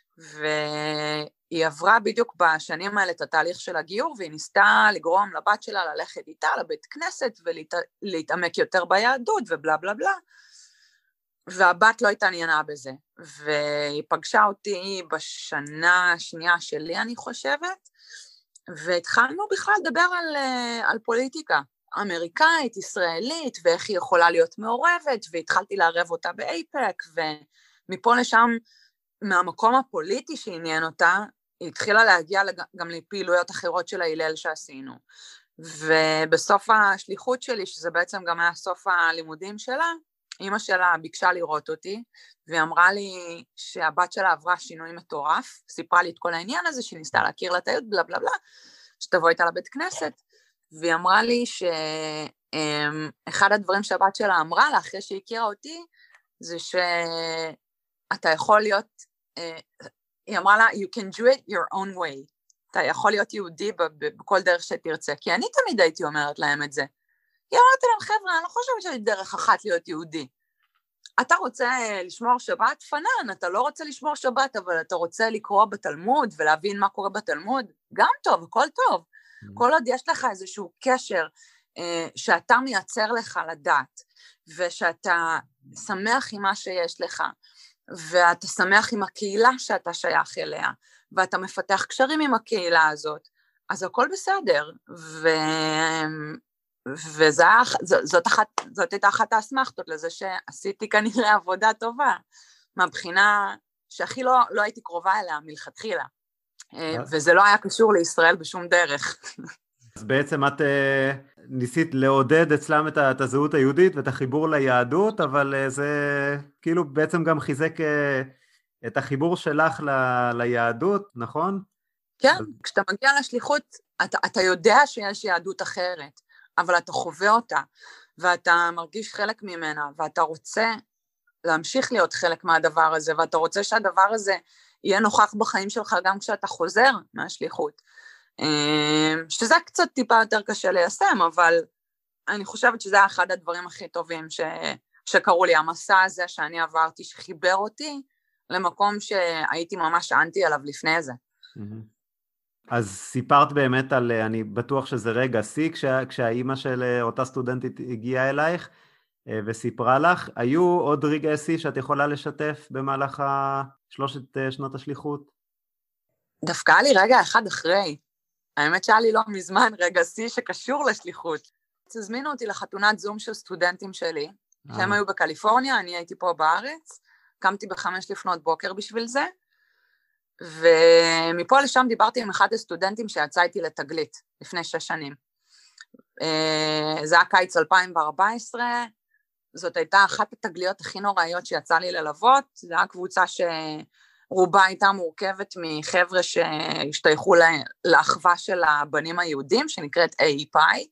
והיא עברה בדיוק בשנים האלה את התהליך של הגיור, והיא ניסתה לגרום לבת שלה ללכת איתה לבית כנסת, ולהתעמק יותר ביהדות, ובלה בלה בלה, והבת לא התעניינה בזה, והיא פגשה אותי בשנה השנייה שלי, אני חושבת, והתחלנו בכלל לדבר על, על פוליטיקה, אמריקאית, ישראלית, ואיך היא יכולה להיות מעורבת, והתחלתי לערב אותה באייפק, ומפה לשם, מהמקום הפוליטי שעניין אותה, היא התחילה להגיע גם לפעילויות אחרות של ההילל שעשינו. ובסוף השליחות שלי, שזה בעצם גם היה סוף הלימודים שלה, אמא שלה ביקשה לראות אותי, והיא אמרה לי שהבת שלה עברה שינוי מטורף, סיפרה לי את כל העניין הזה, שהיא ניסתה להכיר לה את היוד, בלה בלה בלה, שתבוא איתה לבית כנסת, והיא אמרה לי שאחד הדברים שהבת שלה אמרה לה, אחרי שהיא הכירה אותי, זה שאתה יכול להיות, היא אמרה לה, you can do it your own way, אתה יכול להיות יהודי בכל דרך שתרצה, כי אני תמיד הייתי אומרת להם את זה, היא אמרת להם, חבר'ה, אני לא חושבת שיש דרך אחת להיות יהודי, אתה רוצה לשמור שבת? פנן, אתה לא רוצה לשמור שבת, אבל אתה רוצה לקרוא בתלמוד, ולהבין מה קורה בתלמוד, גם טוב, הכל טוב, כל עוד יש לך איזשהו קשר, שאתה מייצר לך לדעת, ושאתה שמח עם מה שיש לך, ואתה שמח עם הקהילה שאתה שייך אליה, ואתה מפתח קשרים עם הקהילה הזאת, אז הכל בסדר, ו... וזאת אחת, זאת הייתה אחת האסמכתות לזה שעשיתי כנראה עבודה טובה, מהבחינה שהכי לא, לא הייתי קרובה אליה מלכתחילה, וזה לא היה קשור לישראל בשום דרך. אז בעצם את ניסית לעודד אצלם את הזהות היהודית ואת החיבור ליהדות, אבל זה כאילו בעצם גם חיזק את החיבור שלך ל- ליהדות, נכון? כן, כשאתה מגיע לשליחות, אתה, אתה יודע שיש יהדות אחרת, אבל אתה חווה אותה, ואתה מרגיש חלק ממנה, ואתה רוצה להמשיך להיות חלק מהדבר הזה, ואתה רוצה שהדבר הזה יהיה נוכח בחיים שלך גם כשאתה חוזר מהשליחות. שזה קצת טיפה יותר קשה ליישם, אבל אני חושבת שזה היה אחד הדברים הכי טובים ש... שקראו לי, המסע הזה שאני עברתי, שחיבר אותי למקום שהייתי ממש אנטי עליו לפני זה. אז סיפרת באמת על, אני בטוח שזה רגע שיא, כשה, כשהאימא של אותה סטודנטית הגיעה אלייך וסיפרה לך, היו עוד רגעי שיא שאת יכולה לשתף במהלך שלושת שנות השליחות? דווקא היה לי רגע אחד אחרי, האמת שהיה לי לא מזמן רגע שיא שקשור לשליחות. הזמינו אותי לחתונת זום של סטודנטים שלי, שהם היו בקליפורניה, אני הייתי פה בארץ, קמתי בחמש לפנות בוקר בשביל זה, ומפה לשם דיברתי עם אחד הסטודנטים שיצא איתי לתגלית, לפני שש שנים. זה היה קיץ אלפיים וארבע עשרה, זאת הייתה אחת התגליות הכי נוראיות שיצא לי ללוות, זו הייתה קבוצה שרובה הייתה מורכבת מחבר'ה שהשתייכו לאחווה של הבנים היהודים, שנקראת איי אי פי,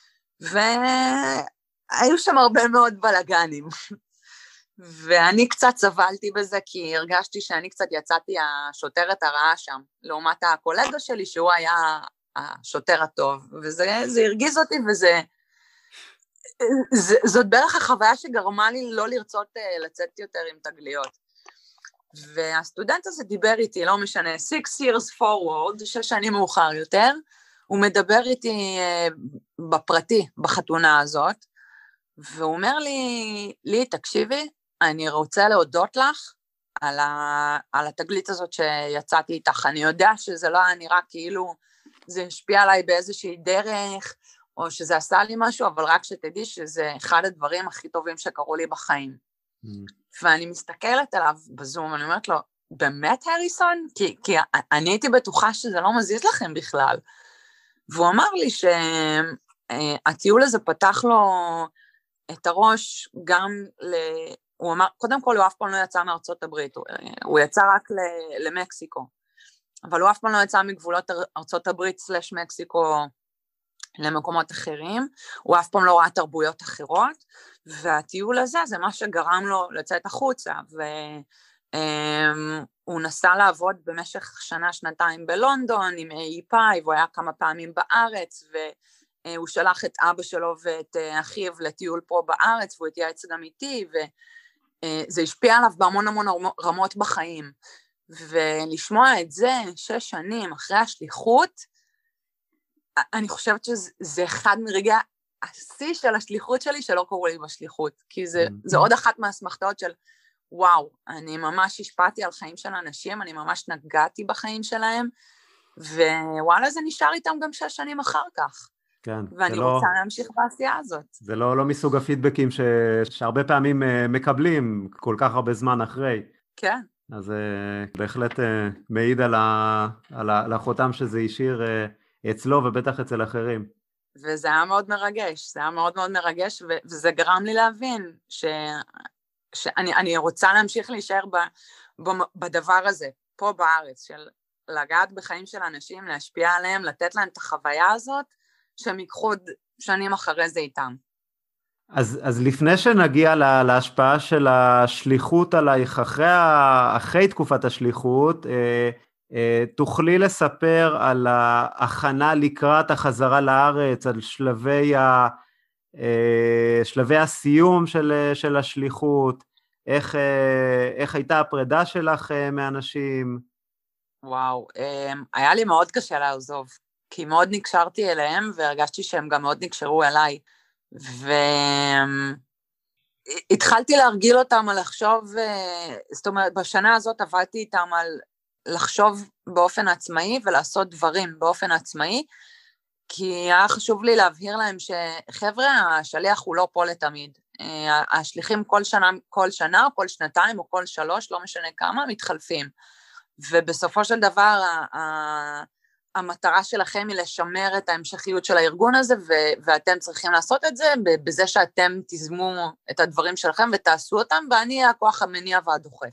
והיו שם הרבה מאוד בלגנים. ואני קצת סבלתי בזה, כי הרגשתי שאני קצת יצאתי השוטרת הרעה שם, לעומת הקולגה שלי שהוא היה השוטר הטוב, וזה זה הרגיז אותי, וזה, זה, זאת בערך החוויה שגרמה לי לא לרצות לצאת יותר עם תגליות. והסטודנט הזה דיבר איתי, לא משנה, six years forward, שש שנים מאוחר יותר, הוא מדבר איתי בפרטי, בחתונה הזאת, והוא אומר לי, לי, תקשיבי, אני רוצה להודות לך על, ה, על התגלית הזאת שיצאתי איתך, אני יודע שזה לא היה נראה כאילו זה השפיע עליי באיזושהי דרך, או שזה עשה לי משהו, אבל רק שתדעי שזה אחד הדברים הכי טובים שקרו לי בחיים. Mm. ואני מסתכלת עליו בזום, אני אומרת לו, באמת הריסון? כי, כי אני הייתי בטוחה שזה לא מזיז לכם בכלל. והוא אמר לי שהטיול הזה פתח לו את הראש גם ל... הוא אמר, קודם כל הוא אף פעם לא יצא מארצות הברית, הוא, הוא יצא רק למקסיקו, אבל הוא אף פעם לא יצא מגבולות ארצות הברית סלש מקסיקו למקומות אחרים, הוא אף פעם לא ראה תרבויות אחרות, והטיול הזה זה מה שגרם לו לצאת החוצה, והוא נסע לעבוד במשך שנה, שנתיים בלונדון עם איי אי פי, והוא היה כמה פעמים בארץ, והוא שלח את אבא שלו ואת אחיו לטיול פה בארץ, והוא התייעץ גם איתי, וזה השפיע עליו בהמון המון רמות בחיים, ולשמוע את זה שש שנים אחרי השליחות, אני חושבת שזה אחד מרגעי השיא של השליחות שלי שלא קוראו לי בשליחות, כי זה, זה עוד אחת מהסמכתאות של, וואו, אני ממש השפעתי על חיים של אנשים, אני ממש נגעתי בחיים שלהם, ווואלה זה נשאר איתם גם שש שנים אחר כך. כן, ואני לא, רוצה להמשיך בעשייה הזאת. זה לא, לא מסוג הפידבקים ש, שהרבה פעמים מקבלים כל כך הרבה זמן אחרי. כן. אז זה בהחלט מעיד על, ה, על, ה, על החותם שזה השאיר אצלו ובטח אצל אחרים. וזה היה מאוד מרגש, זה היה מאוד מאוד מרגש, ו, וזה גרם לי להבין ש, שאני אני רוצה להמשיך להישאר ב, ב, בדבר הזה, פה בארץ, של לגעת בחיים של אנשים, להשפיע עליהם, לתת להם את החוויה הזאת, שהם ייקחו עוד שנים אחרי זה איתם. אז, אז לפני שנגיע לה, להשפעה של השליחות עלייך, אחרי, אחרי תקופת השליחות, אה, אה, תוכלי לספר על ההכנה לקראת החזרה לארץ, על שלבי, ה, אה, שלבי הסיום של, של השליחות, איך, אה, איך הייתה הפרידה שלך אה, מאנשים? וואו, אה, היה לי מאוד קשה לעזוב, כי מאוד נקשרתי אליהם, והרגשתי שהם גם מאוד נקשרו אליי, והתחלתי להרגיל אותם על לחשוב, זאת אומרת, בשנה הזאת עבדתי איתם על לחשוב באופן עצמאי, ולעשות דברים באופן עצמאי, כי היה חשוב לי להבהיר להם שחבר'ה, השליח הוא לא פה לתמיד, השליחים כל שנה, כל שנה, או כל שנתיים, או כל שלוש, לא משנה כמה, מתחלפים, ובסופו של דבר, המטרה שלכם היא לשמר את ההמשכיות של הארגון הזה, ו- ואתם צריכים לעשות את זה, בזה שאתם תזמו את הדברים שלכם ותעשו אותם, ואני אהיה הכוח המניע והדוחף.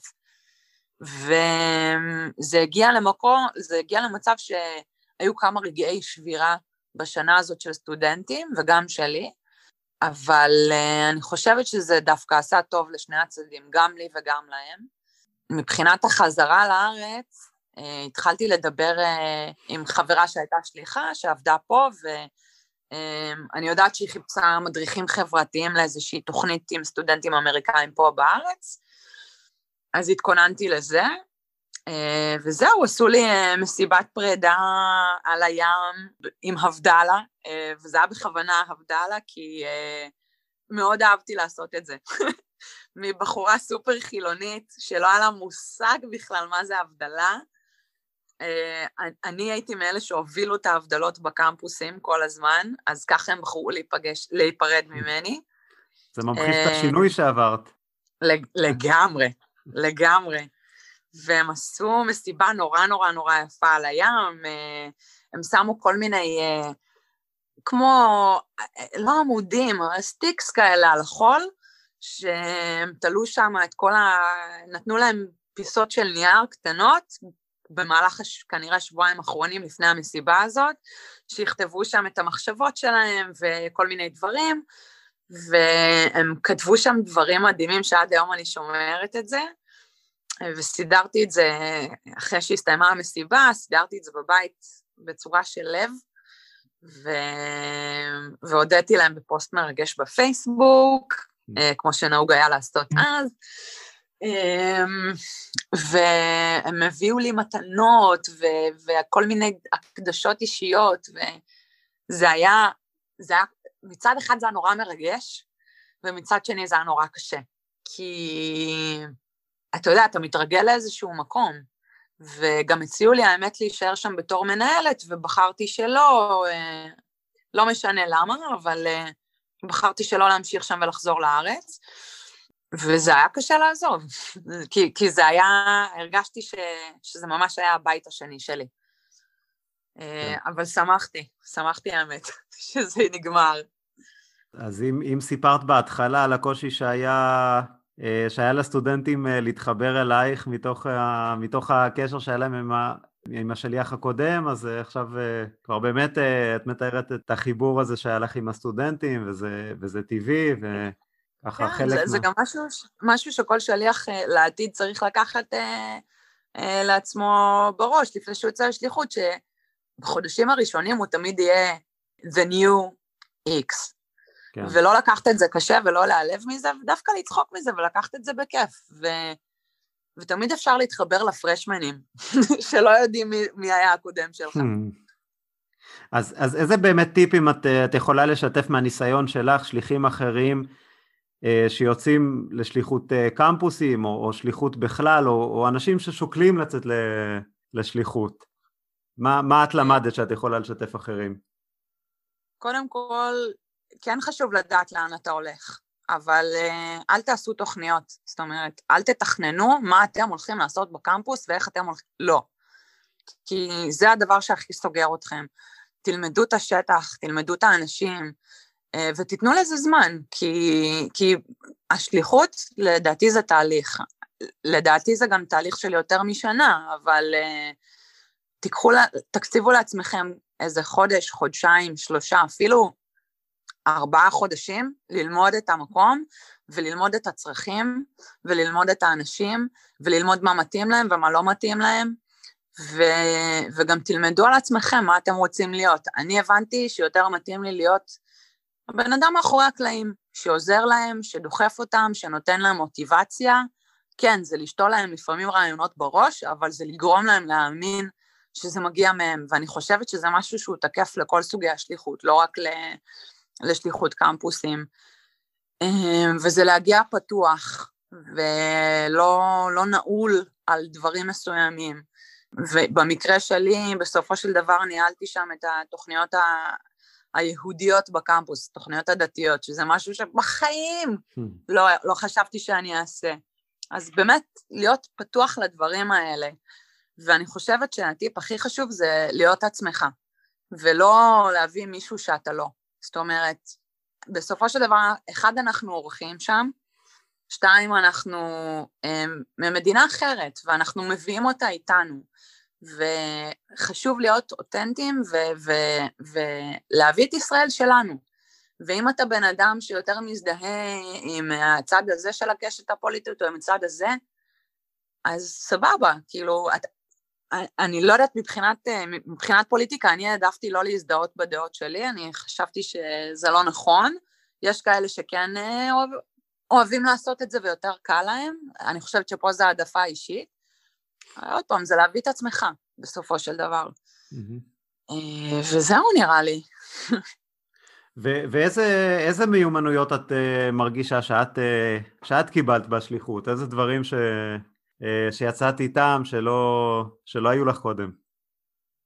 וזה הגיע למקום, זה הגיע למצב שהיו כמה רגעי שבירה בשנה הזאת של סטודנטים, וגם שלי, אבל אני חושבת שזה דווקא עשה טוב לשני הצדדים, גם לי וגם להם. מבחינת החזרה לארץ, Uh, התחלתי לדבר uh, עם חברה שהייתה שליחה, שעבדה פה, ואני uh, יודעת שהיא חיפשה מדריכים חברתיים לאיזושהי תוכנית עם סטודנטים אמריקאים פה בארץ, אז התכוננתי לזה, uh, וזהו, עשו לי uh, מסיבת פרידה על הים עם הבדלה, uh, וזה היה בכוונה הבדלה, כי uh, מאוד אהבתי לעשות את זה. מבחורה סופר חילונית, שלא היה לה מושג בכלל מה זה הבדלה, אני הייתי מאלה שהובילו את ההבדלות בקמפוסים כל הזמן, אז ככה הם בחרו להיפגש, להיפרד ממני. זה ממחיש את השינוי שעברת. לגמרי, לגמרי. והם עשו מסיבה נורא נורא נורא יפה על הים, הם שמו כל מיני, כמו, לא עמודים, סטיקס כאלה על החול, שהם תלו שם את כל ה... נתנו להם פיסות של נייר קטנות, במהלך כנראה שבועיים אחרונים לפני המסיבה הזאת, שיכתבו שם את המחשבות שלהם וכל מיני דברים, והם כתבו שם דברים מדהימים שעד היום אני שומרת את זה, וסידרתי את זה, אחרי שהסתיימה המסיבה, סידרתי את זה בבית בצורה של לב, ו... והודיתי להם בפוסט מרגש בפייסבוק, כמו שנהוג היה לעשות אז, והם הביאו לי מתנות, וכל מיני הקדשות אישיות, וזה היה, זה היה, מצד אחד זה היה נורא מרגש, ומצד שני זה היה נורא קשה, כי אתה יודע, אתה מתרגל לאיזשהו מקום, וגם הציעו לי האמת להישאר שם בתור מנהלת, ובחרתי שלא, לא משנה למה, אבל בחרתי שלא להמשיך שם ולחזור לארץ, וזה היה קשה לעזוב, כי, כי זה היה, הרגשתי ש, שזה ממש היה הבית השני שלי. כן. אבל שמחתי, שמחתי האמת, שזה נגמר. אז אם, אם סיפרת בהתחלה על הקושי שהיה, שהיה לסטודנטים להתחבר אלייך מתוך, מתוך הקשר שהיה להם עם, ה, עם השליח הקודם, אז עכשיו כבר באמת את מתארת את החיבור הזה שהיה לך עם הסטודנטים, וזה, וזה טבעי, וככה כן, חלק זה, מה... זה גם משהו, משהו שכל שליח לעתיד צריך לקחת אה, אה, לעצמו בראש, לפני שהוא יוצא לשליחות, שבחודשים הראשונים הוא תמיד יהיה the new X. כן. ולא לקחת את זה קשה ולא להיעלב מזה, ודווקא לצחוק מזה ולקחת את זה בכיף. ו... ותמיד אפשר להתחבר לפרשמנים, שלא יודעים מי, מי היה הקודם שלך. אז, אז איזה באמת טיפים את, את יכולה לשתף מהניסיון שלך, שליחים אחרים, שיוצאים לשליחות קמפוסים, או, או שליחות בכלל, או, או אנשים ששוקלים לצאת לשליחות? מה, מה את למדת שאת יכולה לשתף אחרים? קודם כל, כן חשוב לדעת לאן אתה הולך, אבל אל תעשו תוכניות, זאת אומרת, אל תתכננו מה אתם הולכים לעשות בקמפוס, ואיך אתם הולכים, לא. כי זה הדבר שהכי סוגר אתכם. תלמדו את השטח, תלמדו את האנשים, ותיתנו לזה זמן, כי, כי השליחות, לדעתי זה תהליך. לדעתי זה גם תהליך של יותר משנה, אבל תיקחו, תקציבו לעצמכם איזה חודש, חודשיים, שלושה, אפילו ארבעה חודשים, ללמוד את המקום, וללמוד את הצרכים, וללמוד את האנשים, וללמוד מה מתאים להם ומה לא מתאים להם, ו, וגם תלמדו על עצמכם מה אתם רוצים להיות. אני הבנתי שיותר מתאים לי להיות הבן אדם מאחורי הקלעים, שעוזר להם, שדוחף אותם, שנותן להם מוטיבציה. כן, זה לשתול להם לפעמים רעיונות בראש, אבל זה לגרום להם להאמין שזה מגיע מהם, ואני חושבת שזה משהו שהוא תקף לכל סוגי השליחות, לא רק לשליחות קמפוסים, וזה להגיע פתוח, ולא לא נעול על דברים מסוימים, ובמקרה שלי, בסופו של דבר, ניהלתי שם את התוכניות ה... היהודיות בקמפוס, תוכניות הדתיות, שזה משהו שבחיים לא, לא חשבתי שאני אעשה. אז באמת, להיות פתוח לדברים האלה, ואני חושבת שהטיפ הכי חשוב זה להיות עצמך, ולא להביא מישהו שאתה לא. זאת אומרת, בסופו של דבר, אחד אנחנו אורחים שם, שתיים אנחנו ממדינה אחרת, ואנחנו מביאים אותה איתנו, וחשוב להיות אותנטיים ולהביא את ישראל שלנו. ואם אתה בן אדם שיותר מזדהה עם הצד הזה של הקשת הפוליטית או עם הצד הזה, אז סבבה, כאילו, את, אני לא יודעת מבחינת, מבחינת פוליטיקה, אני העדפתי לא להזדהות בדעות שלי, אני חשבתי שזה לא נכון, יש כאלה שכן אוהב, אוהבים לעשות את זה ויותר קל להם, אני חושבת שפה זה העדפה אישית, עוד פעם, זה להביא את עצמך, בסופו של דבר. וזהו נראה לי. ואיזה מיומנויות את מרגישה שאת קיבלת בשליחות? איזה דברים שיצאת איתם שלא היו לך קודם?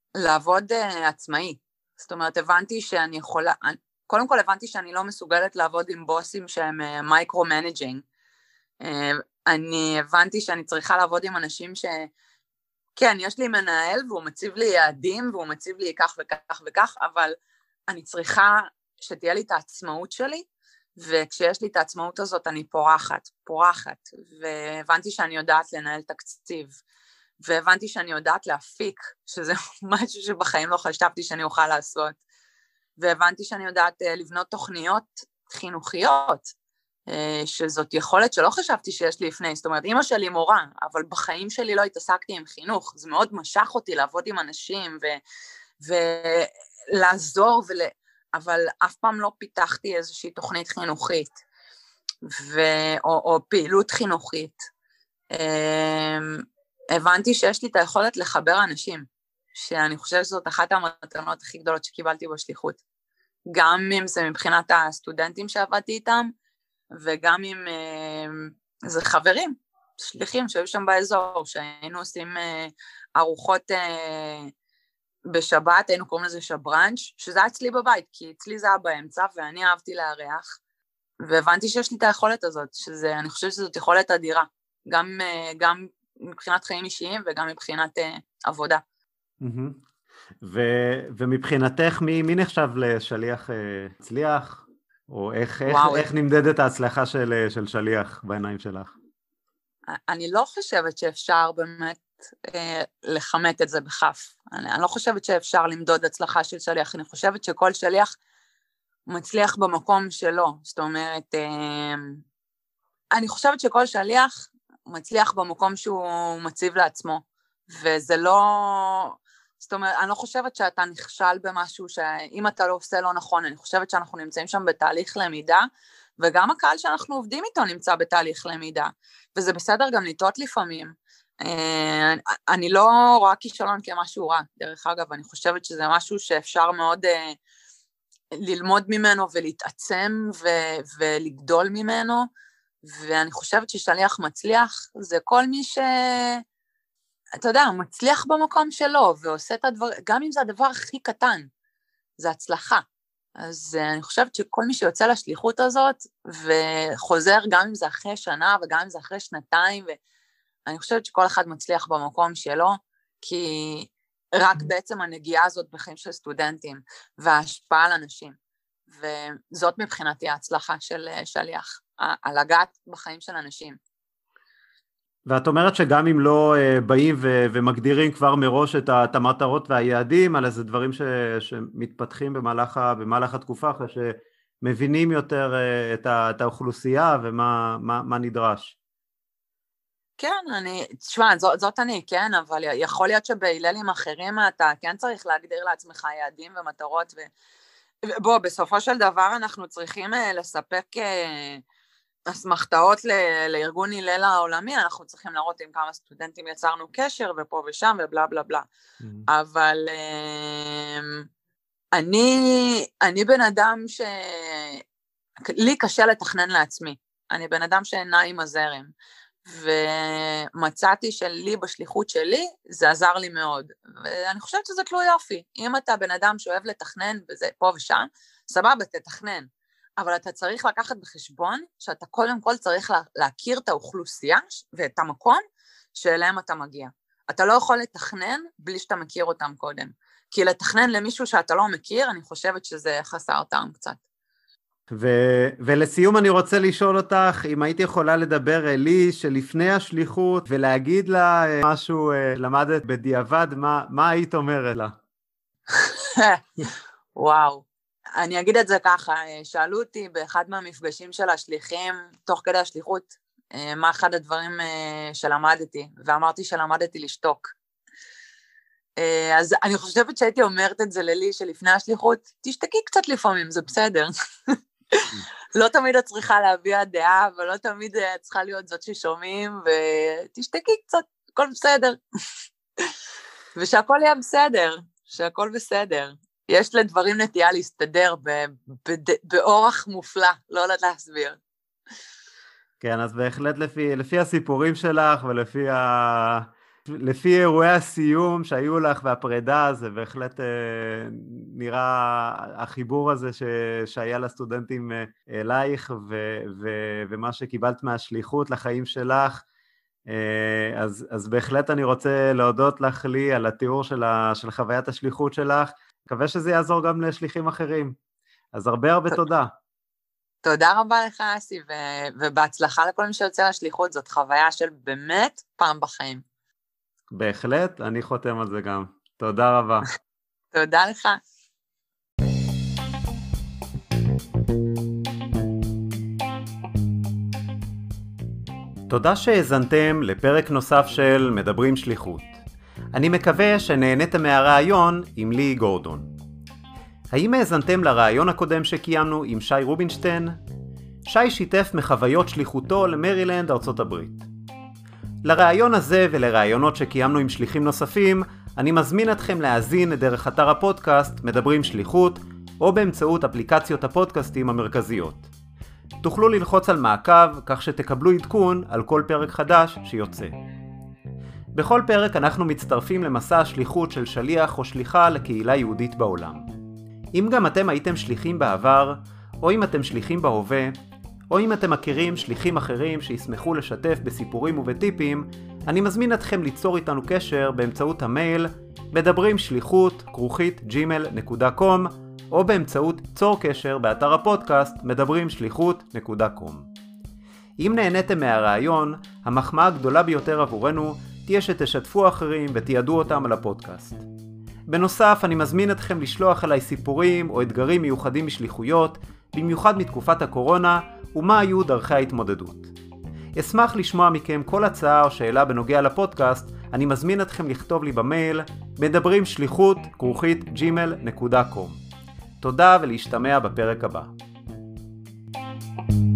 לעבוד uh, עצמאי. זאת אומרת, הבנתי שאני יכולה, קודם כל הבנתי שאני לא מסוגלת לעבוד עם בוסים שהם מייקרו-מנג'ינג. Uh, uh, אני הבנתי שאני צריכה לעבוד עם אנשים ש... כן, יש לי מנהל והוא מציב לי יעדים והוא מציב לי כך וכך וכך, אבל אני צריכה שתהיה לי את העצמאות שלי, וכשיש לי את העצמאות הזאת אני פורחת, פורחת, והבנתי שאני יודעת לנהל תקציב, והבנתי שאני יודעת להפיק, שזה משהו שבחיים לא חשבתי שאני אוכל לעשות, והבנתי שאני יודעת לבנות תוכניות חינוכיות, שזאת יכולת שלא חשבתי שיש לי לפני, זאת אומרת, אמא שלי מורה, אבל בחיים שלי לא התעסקתי עם חינוך, זה מאוד משך אותי לעבוד עם אנשים, ו- ולעזור, ול... אבל אף פעם לא פיתחתי איזושהי תוכנית חינוכית, ו- או, או פעילות חינוכית. הבנתי שיש לי את היכולת לחבר אנשים, שאני חושבת שזאת אחת המתנות הכי גדולות שקיבלתי בשליחות, גם אם זה מבחינת הסטודנטים שעבדתי איתם, וגם עם איזה חברים, שליחים שהיו שם באזור, שהיינו עושים ארוחות בשבת, היינו קוראים לזה שברנץ', שזה היה אצלי בבית, כי אצלי זה היה באמצע, ואני אהבתי לארח, והבנתי שיש לי את היכולת הזאת, שזה, אני חושבת שזאת יכולת אדירה, גם, גם מבחינת חיים אישיים, וגם מבחינת עבודה. ו- ומבחינתך, מי, מי נחשב לשליח הצליח? או איך, איך, איך נמדדת ההצלחה של, של שליח בעיניים שלך? אני לא חושבת שאפשר באמת אה, לחמת את זה בכף. אני, אני לא חושבת שאפשר למדוד הצלחה של שליח, אני חושבת שכל שליח מצליח במקום שלו. זאת אומרת, אה, אני חושבת שכל שליח מצליח במקום שהוא מציב לעצמו, וזה לא... זאת אומרת, אני לא חושבת שאתה נכשל במשהו, שאם אתה לא עושה לא נכון, אני חושבת שאנחנו נמצאים שם בתהליך למידה, וגם הקהל שאנחנו עובדים איתו נמצא בתהליך למידה, וזה בסדר גם לטעות לפעמים. אני לא רואה כישלון כמשהו רע, דרך אגב, אני חושבת שזה משהו שאפשר מאוד ללמוד ממנו ולהתעצם ולגדול ממנו, ואני חושבת ששליח מצליח זה כל מי ש... אתה יודע, מצליח במקום שלו, ועושה את הדבר, גם אם זה הדבר הכי קטן, זה הצלחה. אז אני חושבת שכל מי שיוצא לשליחות הזאת, וחוזר גם אם זה אחרי שנה, וגם אם זה אחרי שנתיים, ואני חושבת שכל אחד מצליח במקום שלו, כי רק בעצם הנגיעה הזאת בחיים של סטודנטים, וההשפעה על אנשים, וזאת מבחינתי ההצלחה של שליח, על הגעת בחיים של אנשים. ואת אומרת שגם אם לא באים ו- ומגדירים כבר מראש את, ה- את המטרות והיעדים, על איזה דברים ש- שמתפתחים במהלך, ה- במהלך התקופה, אחרי שמבינים יותר את, ה- את האוכלוסייה ומה מה, מה נדרש. כן, אני, תשמע, זאת, זאת אני, כן, אבל יכול להיות שבהיללים אחרים אתה כן צריך להגדיר לעצמך יעדים ומטרות, ובוא, בסופו של דבר אנחנו צריכים לספק... אסמכתאות לארגון הלל העולמי, אנחנו צריכים לראות עם כמה סטודנטים יצרנו קשר, ופה ושם, ובלה בלה בלה. אבל אני, אני בן אדם ש... לי קשה לתכנן לעצמי. אני בן אדם שעינה עם הזרם. ומצאתי שלי בשליחות שלי, זה עזר לי מאוד. ואני חושבת שזה תלוי יופי. אם אתה בן אדם שאוהב לתכנן, וזה פה ושם, סבבה, תתכנן. אבל אתה צריך לקחת בחשבון שאתה קודם כל צריך להכיר את האוכלוסייה ואת המקום שאליהם אתה מגיע. אתה לא יכול לתכנן בלי שאתה מכיר אותם קודם. כי לתכנן למישהו שאתה לא מכיר, אני חושבת שזה חסר טעם קצת. ו- ולסיום אני רוצה לשאול אותך, אם היית יכולה לדבר אלי שלפני השליחות, ולהגיד לה משהו למדת בדיעבד, מה, מה היית אומרת לה? וואו. אני אגיד את זה ככה, שאלו אותי באחד מהמפגשים של השליחים, תוך כדי השליחות, מה אחד הדברים שלמדתי, ואמרתי שלמדתי לשתוק. אז אני חושבת שהייתי אומרת את זה ללי שלפני השליחות, תשתקי קצת לפעמים, זה בסדר. לא תמיד את צריכה להביע דעה, ולא תמיד את צריכה להיות זאת ששומעים, ותשתקי קצת, הכל בסדר. ושהכל יהיה בסדר, שהכל בסדר. יש לדברים נטייה להסתדר באורח מופלא, לא יודעת להסביר. כן, אז בהחלט לפי, לפי הסיפורים שלך ולפי ה... לפי אירועי הסיום שהיו לך והפרידה, זה בהחלט אה, נראה החיבור הזה ש, שהיה לסטודנטים אה, אלייך, ו, ו, ומה שקיבלת מהשליחות לחיים שלך, אה, אז, אז בהחלט אני רוצה להודות לך לי על התיאור של, ה, של חוויית השליחות שלך, מקווה שזה יעזור גם לשליחים אחרים, אז הרבה הרבה תודה. תודה רבה לך אסי, ו- ובהצלחה לכל מי שיוצא לשליחות, זאת חוויה של באמת פעם בחיים. בהחלט, אני חותם על זה גם. תודה רבה. תודה לך. תודה שהאזנתם לפרק נוסף של מדברים שליחות. אני מקווה שנהניתם מהרעיון עם לי גורדון. האם האזנתם לרעיון הקודם שקיימנו עם שי רובינשטיין? שי שיתף מחוויות שליחותו למרילנד, ארצות הברית. לרעיון הזה ולרעיונות שקיימנו עם שליחים נוספים, אני מזמין אתכם להאזין דרך אתר הפודקאסט מדברים שליחות, או באמצעות אפליקציות הפודקאסטים המרכזיות. תוכלו ללחוץ על מעקב, כך שתקבלו עדכון על כל פרק חדש שיוצא. בכל פרק אנחנו מצטרפים למסע השליחות של שליח או שליחה לקהילה יהודית בעולם. אם גם אתם הייתם שליחים בעבר, או אם אתם שליחים בהווה, או אם אתם מכירים שליחים אחרים שישמחו לשתף בסיפורים ובטיפים, אני מזמין אתכם ליצור איתנו קשר באמצעות המייל מדברים שליחות כרוכית ג'ימייל נקודה קום, או באמצעות צור קשר באתר הפודקאסט מדברים שליחות נקודה קום. אם נהניתם מהרעיון, המחמאה הגדולה ביותר עבורנו תהיה שתשתפו אחרים ותיעדו אותם על הפודקאסט. בנוסף, אני מזמין אתכם לשלוח אליי סיפורים או אתגרים מיוחדים משליחויות, במיוחד מתקופת הקורונה, ומה היו דרכי ההתמודדות. אשמח לשמוע מכם כל הצעה או שאלה בנוגע לפודקאסט, אני מזמין אתכם לכתוב לי במייל מדברים שליחות כרוכית ג'ימייל נקודה קום. תודה ולהשתמע בפרק הבא.